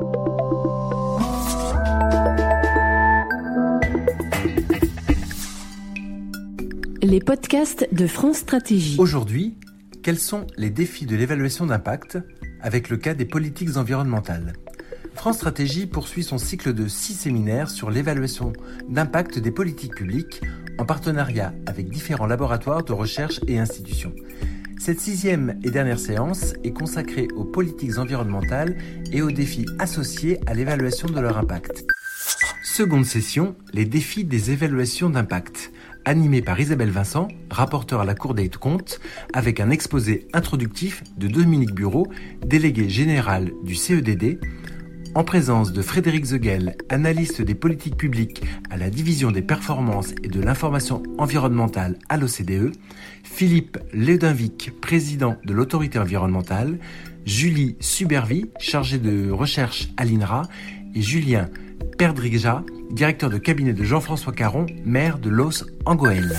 Les podcasts de France Stratégie. Aujourd'hui, quels sont les défis de l'évaluation d'impact avec le cas des politiques environnementales ? France Stratégie poursuit son cycle de 6 séminaires sur l'évaluation d'impact des politiques publiques en partenariat avec différents laboratoires de recherche et institutions. Cette 6e et dernière séance est consacrée aux politiques environnementales et aux défis associés à l'évaluation de leur impact. Seconde session, les défis des évaluations d'impact, animée par Isabelle Vincent, rapporteure à la Cour des comptes, avec un exposé introductif de Dominique Bureau, délégué général du CEDD, en présence de Frédéric Zeguel, analyste des politiques publiques à la division des performances et de l'information environnementale à l'OCDE, Philippe Ledinvic, président de l'autorité environnementale, Julie Subervi, chargée de recherche à l'INRA, et Julien Perdrija, directeur de cabinet de Jean-François Caron, maire de Los en Goële.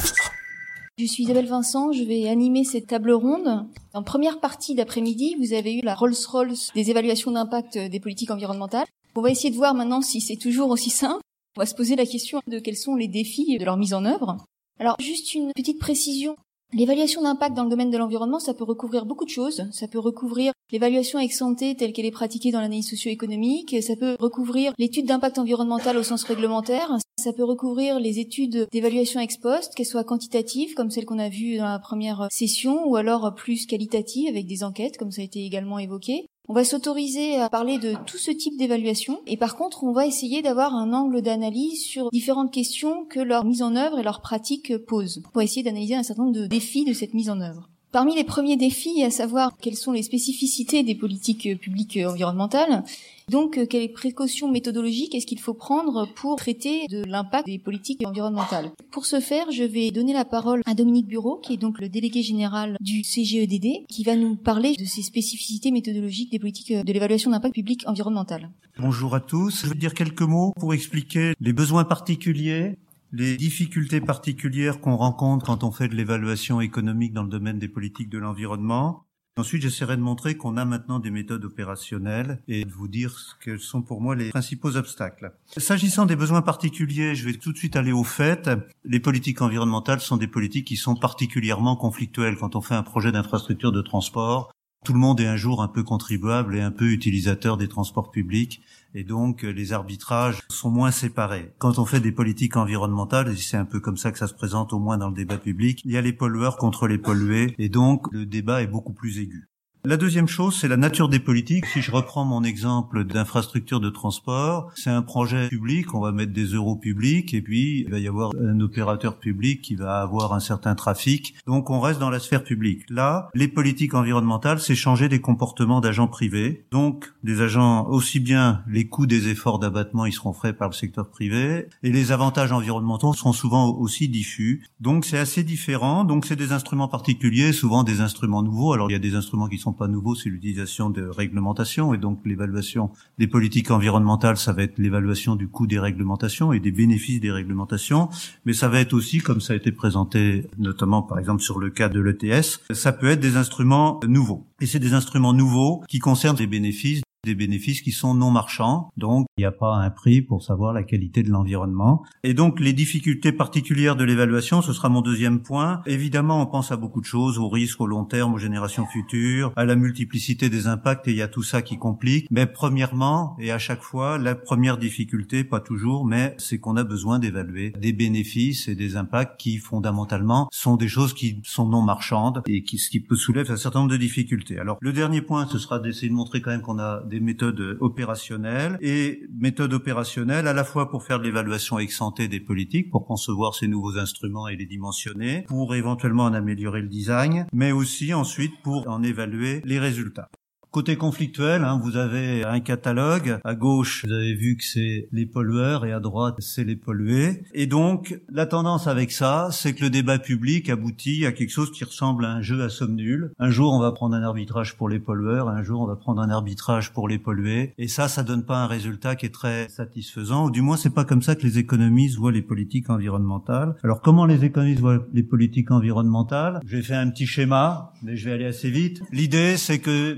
Je suis Isabelle Vincent, je vais animer cette table ronde. En première partie d'après-midi, vous avez eu la Rolls-Royce des évaluations d'impact des politiques environnementales. On va essayer de voir maintenant si c'est toujours aussi simple. On va se poser la question de quels sont les défis de leur mise en œuvre. Alors, juste une petite précision. L'évaluation d'impact dans le domaine de l'environnement, ça peut recouvrir beaucoup de choses. Ça peut recouvrir l'évaluation ex-ante telle qu'elle est pratiquée dans l'analyse socio-économique. Ça peut recouvrir l'étude d'impact environnemental au sens réglementaire. Ça peut recouvrir les études d'évaluation ex-post, qu'elles soient quantitatives, comme celles qu'on a vues dans la première session, ou alors plus qualitatives, avec des enquêtes, comme ça a été également évoqué. On va s'autoriser à parler de tout ce type d'évaluation et par contre, on va essayer d'avoir un angle d'analyse sur différentes questions que leur mise en œuvre et leur pratique posent. On va essayer d'analyser un certain nombre de défis de cette mise en œuvre. Parmi les premiers défis, à savoir quelles sont les spécificités des politiques publiques environnementales, donc quelles précautions méthodologiques est-ce qu'il faut prendre pour traiter de l'impact des politiques environnementales. Pour ce faire, je vais donner la parole à Dominique Bureau, qui est donc le délégué général du CGEDD, qui va nous parler de ces spécificités méthodologiques des politiques de l'évaluation d'impact public environnemental. Bonjour à tous. Je vais dire quelques mots pour expliquer les besoins particuliers, les difficultés particulières qu'on rencontre quand on fait de l'évaluation économique dans le domaine des politiques de l'environnement. Ensuite, j'essaierai de montrer qu'on a maintenant des méthodes opérationnelles et de vous dire ce que sont pour moi les principaux obstacles. S'agissant des besoins particuliers, je vais tout de suite aller au fait. Les politiques environnementales sont des politiques qui sont particulièrement conflictuelles. Quand on fait un projet d'infrastructure de transport, tout le monde est un jour un peu contribuable et un peu utilisateur des transports publics et donc les arbitrages sont moins séparés. Quand on fait des politiques environnementales, et c'est un peu comme ça que ça se présente au moins dans le débat public, il y a les pollueurs contre les pollués et donc le débat est beaucoup plus aigu. La deuxième chose, c'est la nature des politiques. Si je reprends mon exemple d'infrastructure de transport, c'est un projet public, on va mettre des euros publics et puis il va y avoir un opérateur public qui va avoir un certain trafic. Donc on reste dans la sphère publique. Là, les politiques environnementales, c'est changer des comportements d'agents privés. Donc des agents, aussi bien les coûts des efforts d'abattement, ils seront faits par le secteur privé et les avantages environnementaux seront souvent aussi diffus. Donc c'est assez différent. Donc c'est des instruments particuliers, souvent des instruments nouveaux. Alors il y a des instruments qui sont pas nouveau, c'est l'utilisation de réglementations et donc l'évaluation des politiques environnementales, ça va être l'évaluation du coût des réglementations et des bénéfices des réglementations, mais ça va être aussi, comme ça a été présenté notamment par exemple sur le cas de l'ETS, ça peut être des instruments nouveaux. Et c'est des instruments nouveaux qui concernent des bénéfices qui sont non marchands, donc il n'y a pas un prix pour savoir la qualité de l'environnement. Et donc les difficultés particulières de l'évaluation, ce sera mon deuxième point. Évidemment, on pense à beaucoup de choses, aux risques, au long terme, aux générations futures, à la multiplicité des impacts, et il y a tout ça qui complique. Mais premièrement, et à chaque fois, la première difficulté, pas toujours, mais c'est qu'on a besoin d'évaluer des bénéfices et des impacts qui, fondamentalement, sont des choses qui sont non marchandes et ce qui peut soulever un certain nombre de difficultés. Alors, le dernier point, ce sera d'essayer de montrer quand même qu'on a des méthodes opérationnelles et méthodes opérationnelles à la fois pour faire de l'évaluation ex-ante des politiques, pour concevoir ces nouveaux instruments et les dimensionner, pour éventuellement en améliorer le design, mais aussi ensuite pour en évaluer les résultats. Côté conflictuel, vous avez un catalogue. À gauche, vous avez vu que c'est les pollueurs et à droite, c'est les pollués. Et donc, la tendance avec ça, c'est que le débat public aboutit à quelque chose qui ressemble à un jeu à somme nulle. Un jour, on va prendre un arbitrage pour les pollueurs, un jour, on va prendre un arbitrage pour les pollués. Et ça donne pas un résultat qui est très satisfaisant, ou du moins, c'est pas comme ça que les économistes voient les politiques environnementales. Alors, comment les économistes voient les politiques environnementales? Je vais faire un petit schéma, mais je vais aller assez vite. L'idée, c'est que dans la situation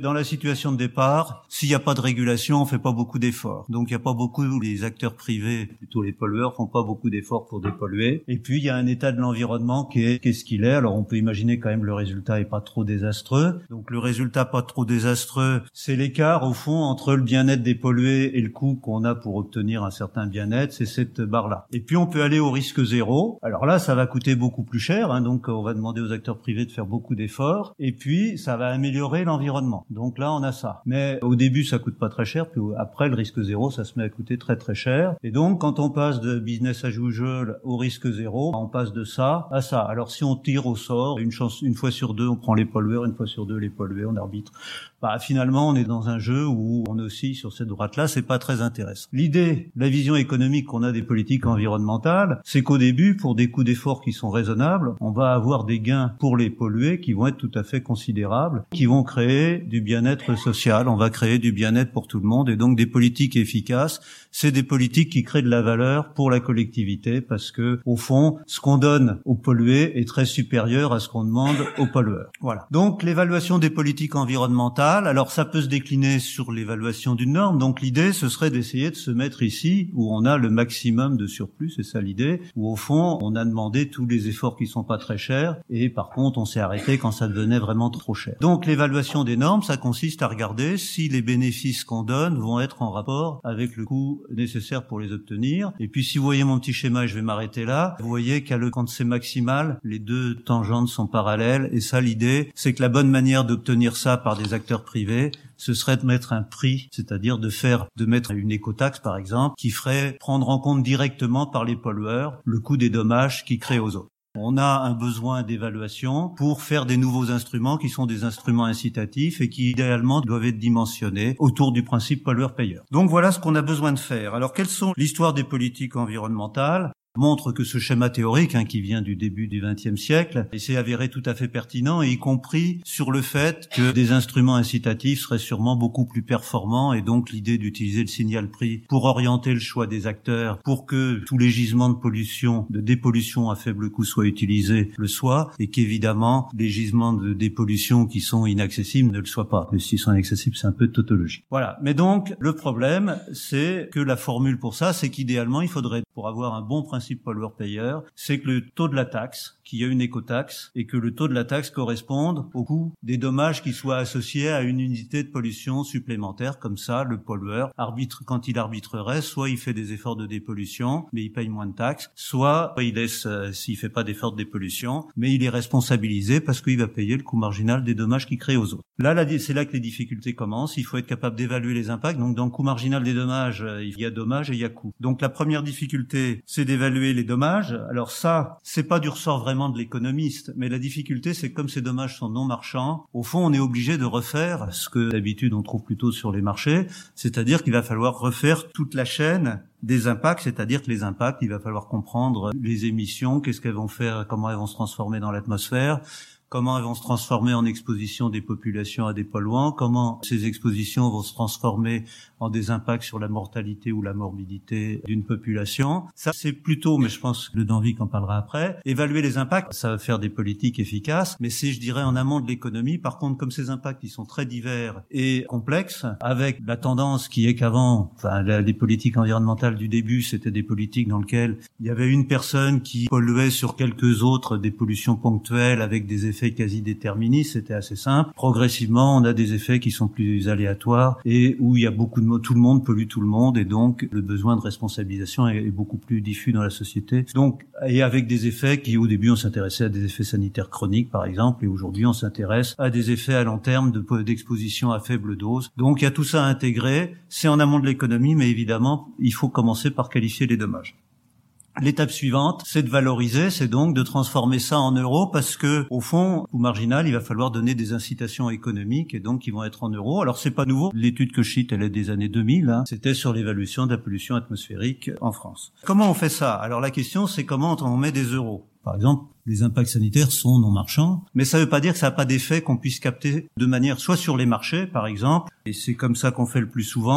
situation de départ, s'il n'y a pas de régulation, on fait pas beaucoup d'efforts. Donc il n'y a pas beaucoup, les acteurs privés, plutôt les pollueurs, font pas beaucoup d'efforts pour dépolluer. Et puis il y a un état de l'environnement qui est qu'est-ce qu'il est. Alors on peut imaginer quand même le résultat est pas trop désastreux. Donc le résultat pas trop désastreux, c'est l'écart au fond entre le bien-être des pollués et le coût qu'on a pour obtenir un certain bien-être, c'est cette barre-là. Et puis on peut aller au risque zéro. Alors là, ça va coûter beaucoup plus cher, hein, donc on va demander aux acteurs privés de faire beaucoup d'efforts. Et puis ça va améliorer l'environnement. Donc là, on a ça. Mais au début, ça coûte pas très cher. Puis après, le risque zéro, ça se met à coûter très très cher. Et donc, quand on passe de business as usual au risque zéro, on passe de ça à ça. Alors si on tire au sort, une fois sur deux, on prend les pollueurs, une fois sur deux les pollués, on arbitre. Finalement, on est dans un jeu où on oscille sur cette droite-là, c'est pas très intéressant. L'idée, la vision économique qu'on a des politiques environnementales, c'est qu'au début, pour des coûts d'effort qui sont raisonnables, on va avoir des gains pour les pollués qui vont être tout à fait considérables, qui vont créer du bien-être social, on va créer du bien-être pour tout le monde, et donc des politiques efficaces, c'est des politiques qui créent de la valeur pour la collectivité, parce que, au fond, ce qu'on donne aux pollués est très supérieur à ce qu'on demande aux pollueurs. Voilà. Donc, l'évaluation des politiques environnementales, alors ça peut se décliner sur l'évaluation d'une norme. Donc l'idée, ce serait d'essayer de se mettre ici où on a le maximum de surplus, c'est ça l'idée, où au fond, on a demandé tous les efforts qui sont pas très chers et par contre, on s'est arrêté quand ça devenait vraiment trop cher. Donc l'évaluation des normes, ça consiste à regarder si les bénéfices qu'on donne vont être en rapport avec le coût nécessaire pour les obtenir. Et puis si vous voyez mon petit schéma, et je vais m'arrêter là, vous voyez quand c'est maximal, les deux tangentes sont parallèles et ça l'idée, c'est que la bonne manière d'obtenir ça par des acteurs privés, ce serait de mettre un prix, c'est-à-dire de mettre une écotaxe par exemple, qui ferait prendre en compte directement par les pollueurs le coût des dommages qu'ils créent aux autres. On a un besoin d'évaluation pour faire des nouveaux instruments qui sont des instruments incitatifs et qui idéalement doivent être dimensionnés autour du principe pollueur-payeur. Donc voilà ce qu'on a besoin de faire. Alors quelles sont l'histoire des politiques environnementales ? Montre que ce schéma théorique, qui vient du début du XXe siècle, s'est avéré tout à fait pertinent, et y compris sur le fait que des instruments incitatifs seraient sûrement beaucoup plus performants, et donc l'idée d'utiliser le signal prix pour orienter le choix des acteurs, pour que tous les gisements de dépollution à faible coût soient utilisés le soient, et qu'évidemment les gisements de dépollution qui sont inaccessibles ne le soient pas. Et s'ils sont inaccessibles, c'est un peu de tautologie. Voilà. Mais donc le problème, c'est que la formule pour ça, c'est qu'idéalement il faudrait, pour avoir un bon principe pollueur-payeur, c'est que le taux de la taxe, qu'il y a une écotaxe, et que le taux de la taxe corresponde au coût des dommages qui soient associés à une unité de pollution supplémentaire. Comme ça, le pollueur quand il arbitrerait, soit il fait des efforts de dépollution, mais il paye moins de taxes, soit il laisse, s'il fait pas d'efforts de dépollution, mais il est responsabilisé parce qu'il va payer le coût marginal des dommages qu'il crée aux autres. Là, c'est là que les difficultés commencent. Il faut être capable d'évaluer les impacts. Donc, dans le coût marginal des dommages, il y a dommages et il y a coût. Donc, la première difficulté, c'est d'évaluer les dommages. Alors ça, c'est pas du ressort vraiment de l'économiste, mais la difficulté, c'est que comme ces dommages sont non marchands, au fond, on est obligé de refaire ce que d'habitude on trouve plutôt sur les marchés, c'est-à-dire qu'il va falloir refaire toute la chaîne des impacts, c'est-à-dire que les impacts, il va falloir comprendre les émissions, qu'est-ce qu'elles vont faire, comment elles vont se transformer dans l'atmosphère, comment elles vont se transformer en exposition des populations à des polluants, comment ces expositions vont se transformer en des impacts sur la mortalité ou la morbidité d'une population. Ça, c'est plutôt, mais je pense que le Danvik en parlera après, évaluer les impacts, ça va faire des politiques efficaces, mais c'est, je dirais, en amont de l'économie. Par contre, comme ces impacts, ils sont très divers et complexes, avec la tendance qui est qu'avant, les politiques environnementales du début, c'était des politiques dans lesquelles il y avait une personne qui polluait sur quelques autres, des pollutions ponctuelles avec des effets quasi déterministes, c'était assez simple. Progressivement, on a des effets qui sont plus aléatoires et où il y a beaucoup de tout le monde pollue tout le monde, et donc le besoin de responsabilisation est beaucoup plus diffus dans la société. Donc, et avec des effets qui, au début, on s'intéressait à des effets sanitaires chroniques, par exemple, et aujourd'hui, on s'intéresse à des effets à long terme d'exposition à faible dose. Donc, il y a tout ça à intégrer. C'est en amont de l'économie, mais évidemment, il faut commencer par qualifier les dommages. L'étape suivante, c'est de valoriser, c'est donc de transformer ça en euros, parce que, au fond, coût marginal, il va falloir donner des incitations économiques, et donc, ils vont être en euros. Alors, c'est pas nouveau. L'étude que je cite, elle est des années 2000, C'était sur l'évaluation de la pollution atmosphérique en France. Comment on fait ça? Alors, la question, c'est comment on met des euros. Par exemple, les impacts sanitaires sont non marchands, mais ça veut pas dire que ça n'a pas d'effet qu'on puisse capter de manière soit sur les marchés, par exemple, et c'est comme ça qu'on fait le plus souvent,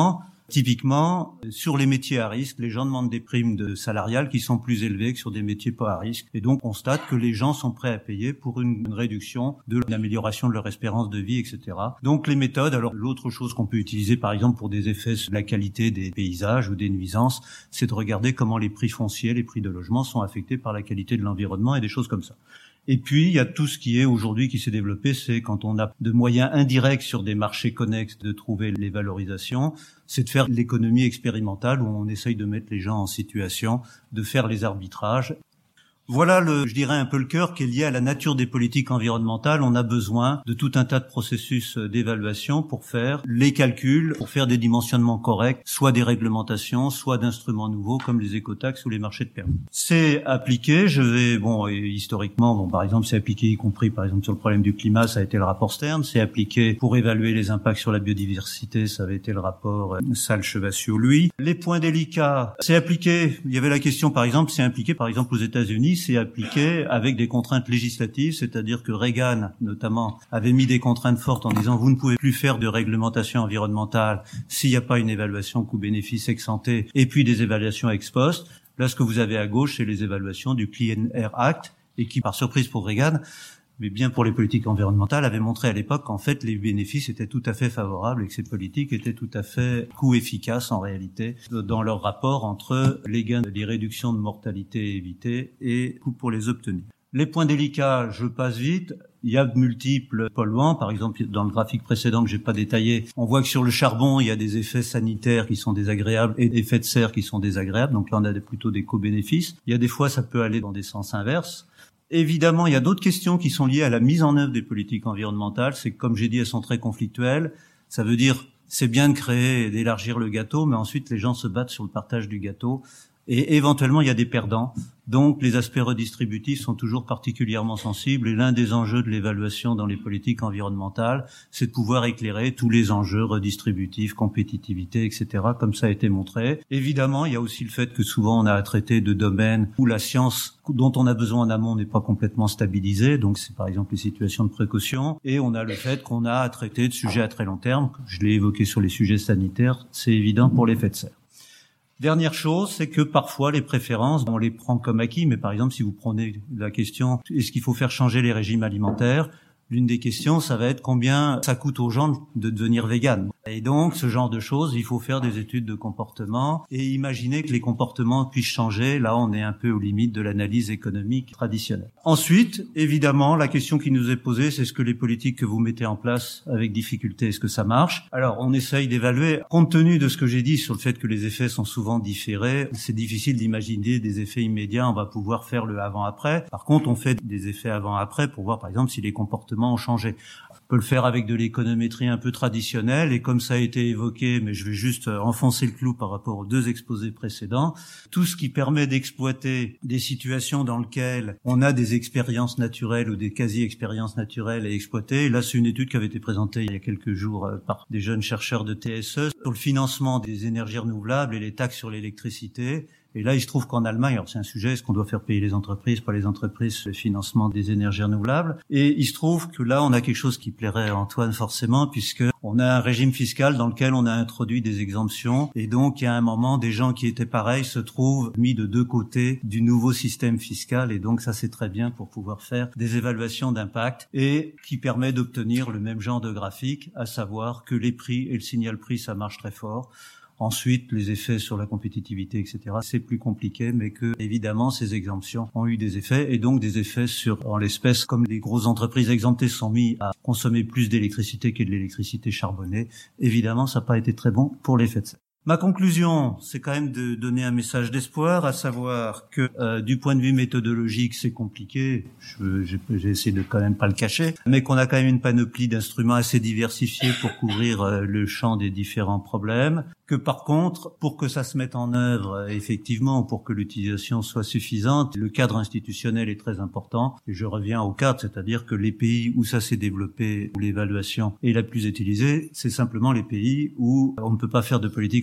Typiquement, sur les métiers à risque, les gens demandent des primes salariales qui sont plus élevées que sur des métiers pas à risque. Et donc, on constate que les gens sont prêts à payer pour une réduction de l'amélioration de leur espérance de vie, etc. Donc, les méthodes, alors l'autre chose qu'on peut utiliser, par exemple, pour des effets sur la qualité des paysages ou des nuisances, c'est de regarder comment les prix fonciers, les prix de logement sont affectés par la qualité de l'environnement et des choses comme ça. Et puis, il y a tout ce qui est aujourd'hui qui s'est développé, c'est quand on a de moyens indirects sur des marchés connexes de trouver les valorisations, c'est de faire l'économie expérimentale où on essaye de mettre les gens en situation de faire les arbitrages. Voilà je dirais un peu le cœur qui est lié à la nature des politiques environnementales. On a besoin de tout un tas de processus d'évaluation pour faire les calculs, pour faire des dimensionnements corrects, soit des réglementations, soit d'instruments nouveaux comme les écotaxes ou les marchés de permis. C'est appliqué, historiquement, par exemple, c'est appliqué y compris, par exemple, sur le problème du climat, ça a été le rapport Stern. C'est appliqué pour évaluer les impacts sur la biodiversité, ça avait été le rapport Salles-Chevassiot-Louis. Les points délicats, c'est appliqué, il y avait la question, par exemple, c'est appliqué, par exemple, aux États-Unis, c'est appliqué avec des contraintes législatives, c'est-à-dire que Reagan, notamment, avait mis des contraintes fortes en disant vous ne pouvez plus faire de réglementation environnementale s'il n'y a pas une évaluation coût-bénéfice ex ante et puis des évaluations ex post. Là, ce que vous avez à gauche, c'est les évaluations du Clean Air Act et qui, par surprise pour Reagan, mais bien pour les politiques environnementales, avait montré à l'époque qu'en fait les bénéfices étaient tout à fait favorables et que ces politiques étaient tout à fait coût-efficaces en réalité dans leur rapport entre les gains, les réductions de mortalité évitées et coûts pour les obtenir. Les points délicats, je passe vite. Il y a de multiples polluants. Par exemple, dans le graphique précédent que j'ai pas détaillé, on voit que sur le charbon, il y a des effets sanitaires qui sont désagréables et des effets de serre qui sont désagréables. Donc là, on a plutôt des co-bénéfices. Il y a des fois, ça peut aller dans des sens inverses. Évidemment, il y a d'autres questions qui sont liées à la mise en œuvre des politiques environnementales. C'est que, comme j'ai dit, elles sont très conflictuelles. Ça veut dire, c'est bien de créer et d'élargir le gâteau, mais ensuite les gens se battent sur le partage du gâteau. Et éventuellement, il y a des perdants. Donc, les aspects redistributifs sont toujours particulièrement sensibles. Et l'un des enjeux de l'évaluation dans les politiques environnementales, c'est de pouvoir éclairer tous les enjeux redistributifs, compétitivité, etc., comme ça a été montré. Évidemment, il y a aussi le fait que souvent, on a à traiter de domaines où la science dont on a besoin en amont n'est pas complètement stabilisée. Donc, c'est par exemple les situations de précaution. Et on a le fait qu'on a à traiter de sujets à très long terme. Je l'ai évoqué sur les sujets sanitaires. C'est évident pour l'effet de serre. Dernière chose, c'est que parfois les préférences, on les prend comme acquis, mais par exemple, si vous prenez la question, est-ce qu'il faut faire changer les régimes alimentaires ? L'une des questions, ça va être combien ça coûte aux gens de devenir véganes. Et donc, ce genre de choses, il faut faire des études de comportement et imaginer que les comportements puissent changer. Là, on est un peu aux limites de l'analyse économique traditionnelle. Ensuite, évidemment, la question qui nous est posée, c'est est-ce que les politiques que vous mettez en place avec difficulté, est-ce que ça marche ? Alors, on essaye d'évaluer. Compte tenu de ce que j'ai dit sur le fait que les effets sont souvent différés, c'est difficile d'imaginer des effets immédiats. On va pouvoir faire le avant-après. Par contre, on fait des effets avant-après pour voir, par exemple, si les comportements ont changé. On peut le faire avec de l'économétrie un peu traditionnelle et comme ça a été évoqué, mais je vais juste enfoncer le clou par rapport aux deux exposés précédents, tout ce qui permet d'exploiter des situations dans lesquelles on a des expériences naturelles ou des quasi-expériences naturelles à exploiter. Et là, c'est une étude qui avait été présentée il y a quelques jours par des jeunes chercheurs de TSE sur le financement des énergies renouvelables et les taxes sur l'électricité. Et là, il se trouve qu'en Allemagne, alors c'est un sujet, est-ce qu'on doit faire payer les entreprises, pas les entreprises, le financement des énergies renouvelables. Et il se trouve que là, on a quelque chose qui plairait à Antoine forcément, puisque on a un régime fiscal dans lequel on a introduit des exemptions. Et donc, il y a un moment, des gens qui étaient pareils se trouvent mis de deux côtés du nouveau système fiscal. Et donc, ça, c'est très bien pour pouvoir faire des évaluations d'impact et qui permet d'obtenir le même genre de graphique, à savoir que les prix et le signal prix, ça marche très fort. Ensuite, les effets sur la compétitivité, etc., c'est plus compliqué, mais que, évidemment, ces exemptions ont eu des effets, et donc des effets sur, en l'espèce, comme les grosses entreprises exemptées sont mis à consommer plus d'électricité que de l'électricité charbonnée, évidemment, ça n'a pas été très bon pour l'effet de serre. Ma conclusion, c'est quand même de donner un message d'espoir, à savoir que du point de vue méthodologique, c'est compliqué, j'ai essayé de quand même pas le cacher, mais qu'on a quand même une panoplie d'instruments assez diversifiés pour couvrir le champ des différents problèmes, que par contre, pour que ça se mette en œuvre effectivement, pour que l'utilisation soit suffisante, le cadre institutionnel est très important, et je reviens au cadre, c'est-à-dire que les pays où ça s'est développé, où l'évaluation est la plus utilisée, c'est simplement les pays où on ne peut pas faire de politique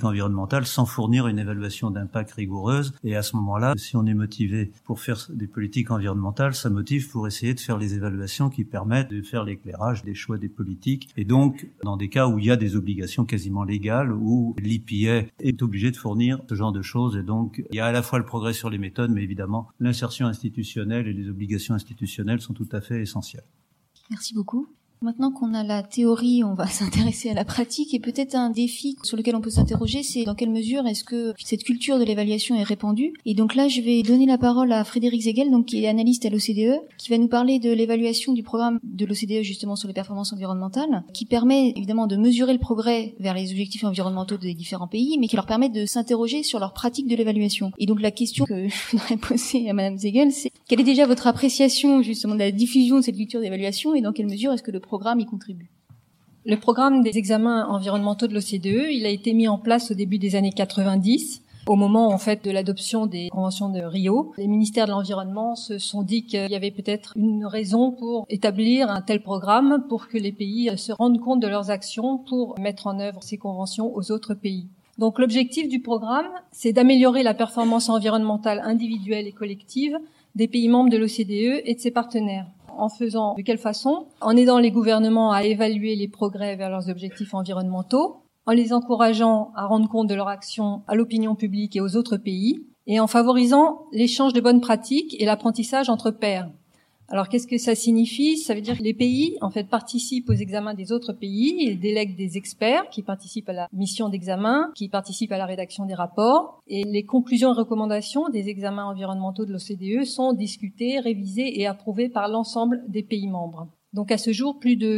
environnementales sans fournir une évaluation d'impact rigoureuse. Et à ce moment-là, si on est motivé pour faire des politiques environnementales, ça motive pour essayer de faire les évaluations qui permettent de faire l'éclairage des choix des politiques. Et donc, dans des cas où il y a des obligations quasiment légales, où l'EPA est obligé de fournir ce genre de choses. Et donc, il y a à la fois le progrès sur les méthodes, mais évidemment, l'insertion institutionnelle et les obligations institutionnelles sont tout à fait essentielles. Merci beaucoup. Maintenant qu'on a la théorie, on va s'intéresser à la pratique et peut-être un défi sur lequel on peut s'interroger, c'est dans quelle mesure est-ce que cette culture de l'évaluation est répandue. Et donc là, je vais donner la parole à Frédéric Zegel, donc qui est analyste à l'OCDE, qui va nous parler de l'évaluation du programme de l'OCDE justement sur les performances environnementales, qui permet évidemment de mesurer le progrès vers les objectifs environnementaux des différents pays, mais qui leur permet de s'interroger sur leur pratique de l'évaluation. Et donc la question que je voudrais poser à Madame Zegel, c'est quelle est déjà votre appréciation justement de la diffusion de cette culture d'évaluation et dans quelle mesure est-ce que le programme y contribue? Le programme des examens environnementaux de l'OCDE, il a été mis en place au début des années 90, au moment en fait de l'adoption des conventions de Rio. Les ministères de l'environnement se sont dit qu'il y avait peut-être une raison pour établir un tel programme pour que les pays se rendent compte de leurs actions pour mettre en œuvre ces conventions aux autres pays. Donc l'objectif du programme, c'est d'améliorer la performance environnementale individuelle et collective des pays membres de l'OCDE et de ses partenaires. En faisant de quelle façon? En aidant les gouvernements à évaluer les progrès vers leurs objectifs environnementaux, en les encourageant à rendre compte de leur action à l'opinion publique et aux autres pays, et en favorisant l'échange de bonnes pratiques et l'apprentissage entre pairs. Alors qu'est-ce que ça signifie? Ça veut dire que les pays en fait participent aux examens des autres pays, ils délèguent des experts qui participent à la mission d'examen, qui participent à la rédaction des rapports, et les conclusions et recommandations des examens environnementaux de l'OCDE sont discutées, révisées et approuvées par l'ensemble des pays membres. Donc à ce jour, plus de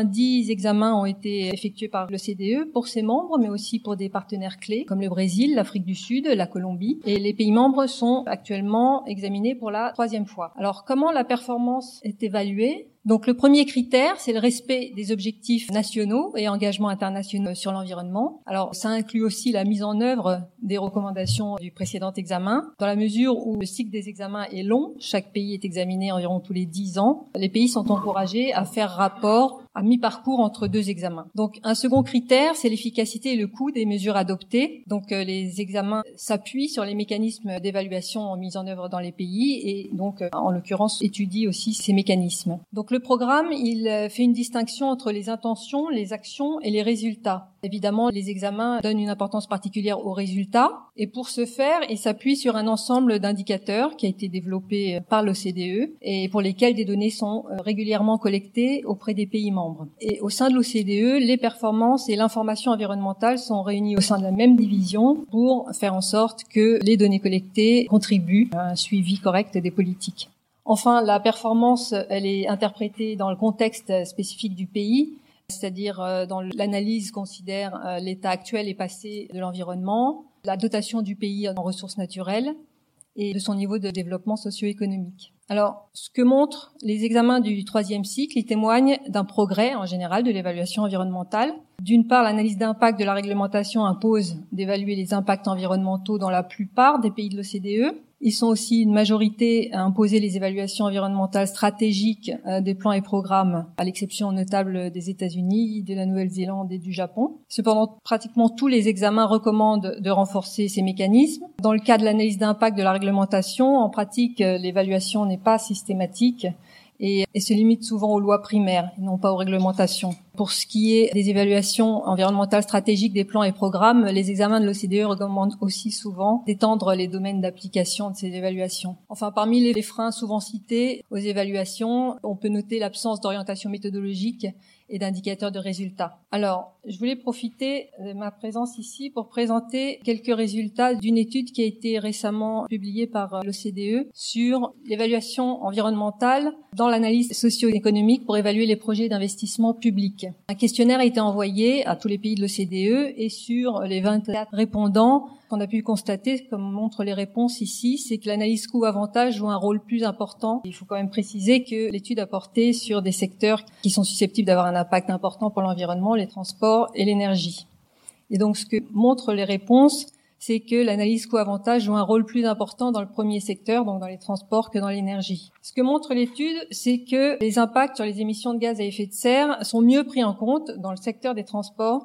90 examens ont été effectués par l'OCDE pour ses membres, mais aussi pour des partenaires clés comme le Brésil, l'Afrique du Sud, la Colombie. Et les pays membres sont actuellement examinés pour la 3e fois. Alors comment la performance est évaluée ? Donc le premier critère, c'est le respect des objectifs nationaux et engagements internationaux sur l'environnement. Alors ça inclut aussi la mise en œuvre des recommandations du précédent examen. Dans la mesure où le cycle des examens est long, chaque pays est examiné environ tous les 10 ans, les pays sont encouragés à faire rapport à mi-parcours entre 2 examens. Donc un second critère, c'est l'efficacité et le coût des mesures adoptées. Donc les examens s'appuient sur les mécanismes d'évaluation mis en œuvre dans les pays et donc en l'occurrence étudient aussi ces mécanismes. Donc le programme, il fait une distinction entre les intentions, les actions et les résultats. Évidemment, les examens donnent une importance particulière aux résultats et pour ce faire, il s'appuie sur un ensemble d'indicateurs qui a été développé par l'OCDE et pour lesquels des données sont régulièrement collectées auprès des pays membres. Et au sein de l'OCDE, les performances et l'information environnementale sont réunies au sein de la même division pour faire en sorte que les données collectées contribuent à un suivi correct des politiques. Enfin, la performance, elle est interprétée dans le contexte spécifique du pays, c'est-à-dire dans l'analyse considère l'état actuel et passé de l'environnement, la dotation du pays en ressources naturelles et de son niveau de développement socio-économique. Alors, ce que montrent les examens du 3e cycle, ils témoignent d'un progrès en général de l'évaluation environnementale. D'une part, l'analyse d'impact de la réglementation impose d'évaluer les impacts environnementaux dans la plupart des pays de l'OCDE. Ils sont aussi une majorité à imposer les évaluations environnementales stratégiques des plans et programmes, à l'exception notable des États-Unis, de la Nouvelle-Zélande et du Japon. Cependant, pratiquement tous les examens recommandent de renforcer ces mécanismes. Dans le cas de l'analyse d'impact de la réglementation, en pratique, l'évaluation n'est pas systématique et se limite souvent aux lois primaires et non pas aux réglementations. Pour ce qui est des évaluations environnementales stratégiques des plans et programmes, les examens de l'OCDE recommandent aussi souvent d'étendre les domaines d'application de ces évaluations. Enfin, parmi les freins souvent cités aux évaluations, on peut noter l'absence d'orientation méthodologique et d'indicateurs de résultats. Alors, je voulais profiter de ma présence ici pour présenter quelques résultats d'une étude qui a été récemment publiée par l'OCDE sur l'évaluation environnementale dans l'analyse socio-économique pour évaluer les projets d'investissement public. Un questionnaire a été envoyé à tous les pays de l'OCDE et sur les 24 répondants, qu'on a pu constater, comme montrent les réponses ici, c'est que l'analyse coût-avantage joue un rôle plus important. Il faut quand même préciser que l'étude a porté sur des secteurs qui sont susceptibles d'avoir un impact important pour l'environnement, les transports et l'énergie. Et donc ce que montrent les réponses, c'est que l'analyse coût-avantage joue un rôle plus important dans le premier secteur, donc dans les transports, que dans l'énergie. Ce que montre l'étude, c'est que les impacts sur les émissions de gaz à effet de serre sont mieux pris en compte dans le secteur des transports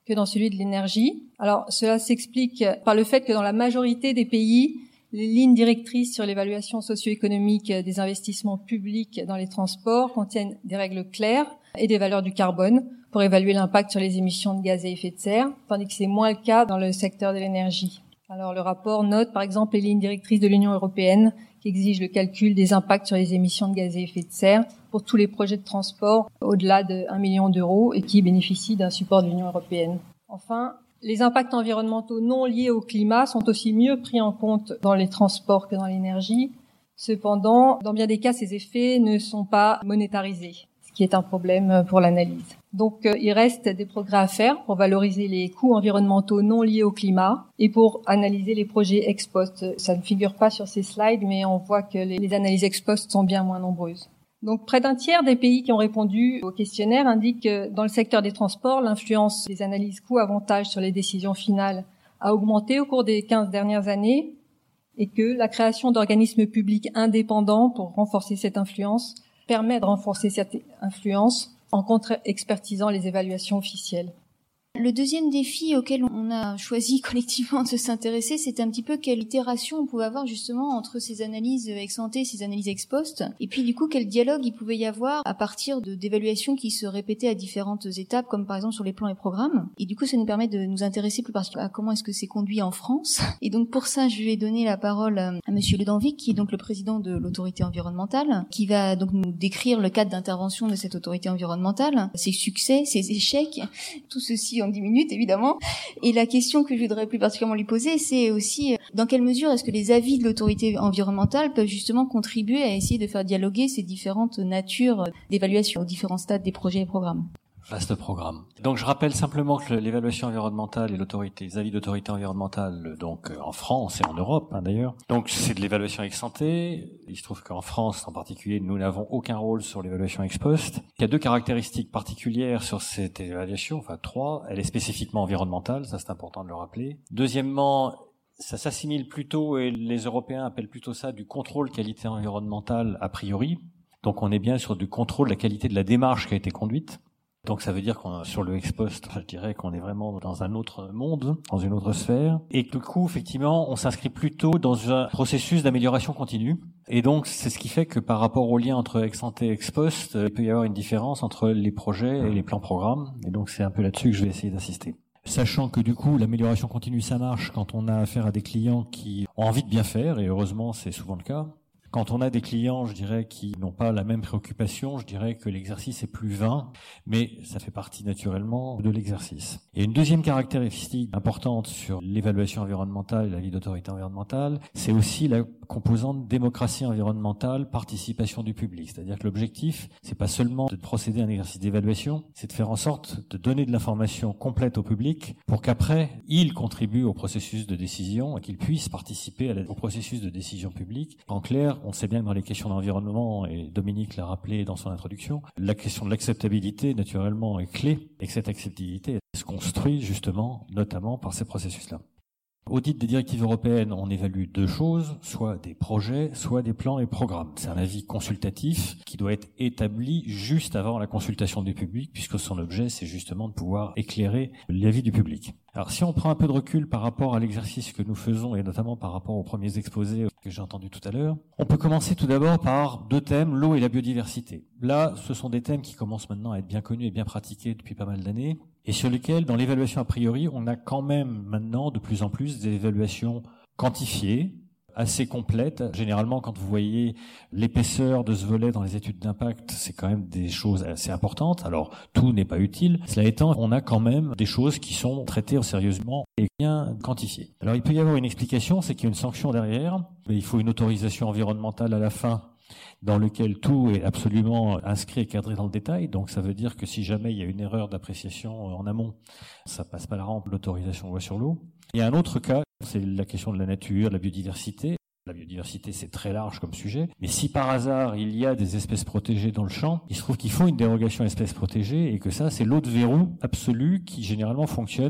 que dans celui de l'énergie. Alors, cela s'explique par le fait que dans la majorité des pays, les lignes directrices sur l'évaluation socio-économique des investissements publics dans les transports contiennent des règles claires et des valeurs du carbone pour évaluer l'impact sur les émissions de gaz à effet de serre, tandis que c'est moins le cas dans le secteur de l'énergie. Alors, le rapport note, par exemple, les lignes directrices de l'Union européenne qui exigent le calcul des impacts sur les émissions de gaz à effet de serre pour tous les projets de transport au-delà de 1 million d'euros et qui bénéficient d'un support de l'Union européenne. Enfin, les impacts environnementaux non liés au climat sont aussi mieux pris en compte dans les transports que dans l'énergie. Cependant, dans bien des cas, ces effets ne sont pas monétarisés, ce qui est un problème pour l'analyse. Donc, il reste des progrès à faire pour valoriser les coûts environnementaux non liés au climat et pour analyser les projets ex post. Ça ne figure pas sur ces slides, mais on voit que les analyses ex post sont bien moins nombreuses. Donc, près d'un tiers des pays qui ont répondu au questionnaire indiquent que dans le secteur des transports, l'influence des analyses coûts-avantages sur les décisions finales a augmenté au cours des 15 dernières années et que la création d'organismes publics indépendants pour renforcer cette influence permet de renforcer cette influence en contre-expertisant les évaluations officielles. Le deuxième défi auquel on a choisi collectivement de s'intéresser, c'est un petit peu quelle itération on pouvait avoir justement entre ces analyses ex-ante et ces analyses ex-post, et puis du coup quel dialogue il pouvait y avoir à partir d'évaluations qui se répétaient à différentes étapes, comme par exemple sur les plans et programmes. Et du coup ça nous permet de nous intéresser plus particulièrement à comment est-ce que c'est conduit en France. Et donc pour ça je vais donner la parole à Monsieur Ludovic, qui est donc le président de l'autorité environnementale, qui va donc nous décrire le cadre d'intervention de cette autorité environnementale, ses succès, ses échecs, tout ceci en 10 minutes évidemment. Et la question que je voudrais plus particulièrement lui poser, c'est aussi dans quelle mesure est-ce que les avis de l'autorité environnementale peuvent justement contribuer à essayer de faire dialoguer ces différentes natures d'évaluation aux différents stades des projets et programmes. Vaste programme. Donc je rappelle simplement que l'évaluation environnementale et les avis d'autorité environnementale, donc en France et en Europe d'ailleurs, donc c'est de l'évaluation ex ante. Il se trouve qu'en France en particulier, nous n'avons aucun rôle sur l'évaluation ex post. Il y a 2 caractéristiques particulières sur cette évaluation, enfin 3. Elle est spécifiquement environnementale, ça c'est important de le rappeler. Deuxièmement, ça s'assimile plutôt, et les Européens appellent plutôt ça du contrôle qualité environnementale a priori. Donc on est bien sur du contrôle de la qualité de la démarche qui a été conduite. Donc ça veut dire qu'on sur le ex-post, je dirais qu'on est vraiment dans un autre monde, dans une autre sphère, et que du coup, effectivement, on s'inscrit plutôt dans un processus d'amélioration continue. Et donc c'est ce qui fait que par rapport au lien entre ex-ante et ex-post, il peut y avoir une différence entre les projets et les plans programmes. Et donc c'est un peu là-dessus que je vais essayer d'insister. Sachant que du coup, l'amélioration continue, ça marche quand on a affaire à des clients qui ont envie de bien faire, et heureusement, c'est souvent le cas. Quand on a des clients, je dirais, qui n'ont pas la même préoccupation, je dirais que l'exercice est plus vain, mais ça fait partie naturellement de l'exercice. Et une deuxième caractéristique importante sur l'évaluation environnementale et l'avis d'autorité environnementale, c'est aussi la composante démocratie environnementale, participation du public. C'est-à-dire que l'objectif, c'est pas seulement de procéder à un exercice d'évaluation, c'est de faire en sorte de donner de l'information complète au public pour qu'après, il contribue au processus de décision et qu'il puisse participer au processus de décision publique. En clair, on sait bien que dans les questions d'environnement, et Dominique l'a rappelé dans son introduction, la question de l'acceptabilité, naturellement, est clé, et que cette acceptabilité se construit, justement, notamment par ces processus-là. Audit des directives européennes, on évalue 2 choses, soit des projets, soit des plans et programmes. C'est un avis consultatif qui doit être établi juste avant la consultation du public, puisque son objet, c'est justement de pouvoir éclairer l'avis du public. Alors si on prend un peu de recul par rapport à l'exercice que nous faisons, et notamment par rapport aux premiers exposés que j'ai entendus tout à l'heure, on peut commencer tout d'abord par 2 thèmes, l'eau et la biodiversité. Là, ce sont des thèmes qui commencent maintenant à être bien connus et bien pratiqués depuis pas mal d'années, et sur lesquels, dans l'évaluation a priori, on a quand même maintenant de plus en plus des évaluations quantifiées, assez complètes. Généralement, quand vous voyez l'épaisseur de ce volet dans les études d'impact, c'est quand même des choses assez importantes. Alors, tout n'est pas utile. Cela étant, on a quand même des choses qui sont traitées sérieusement et bien quantifiées. Alors, il peut y avoir une explication, c'est qu'il y a une sanction derrière. Il faut une autorisation environnementale à la fin, dans lequel tout est absolument inscrit et cadré dans le détail. Donc ça veut dire que si jamais il y a une erreur d'appréciation en amont, ça passe pas la rampe, l'autorisation loi sur l'eau. Il y a un autre cas, c'est la question de la nature, de la biodiversité. La biodiversité, c'est très large comme sujet. Mais si par hasard, il y a des espèces protégées dans le champ, il se trouve qu'il faut une dérogation espèces protégées et que ça, c'est l'autre verrou absolu qui généralement fonctionne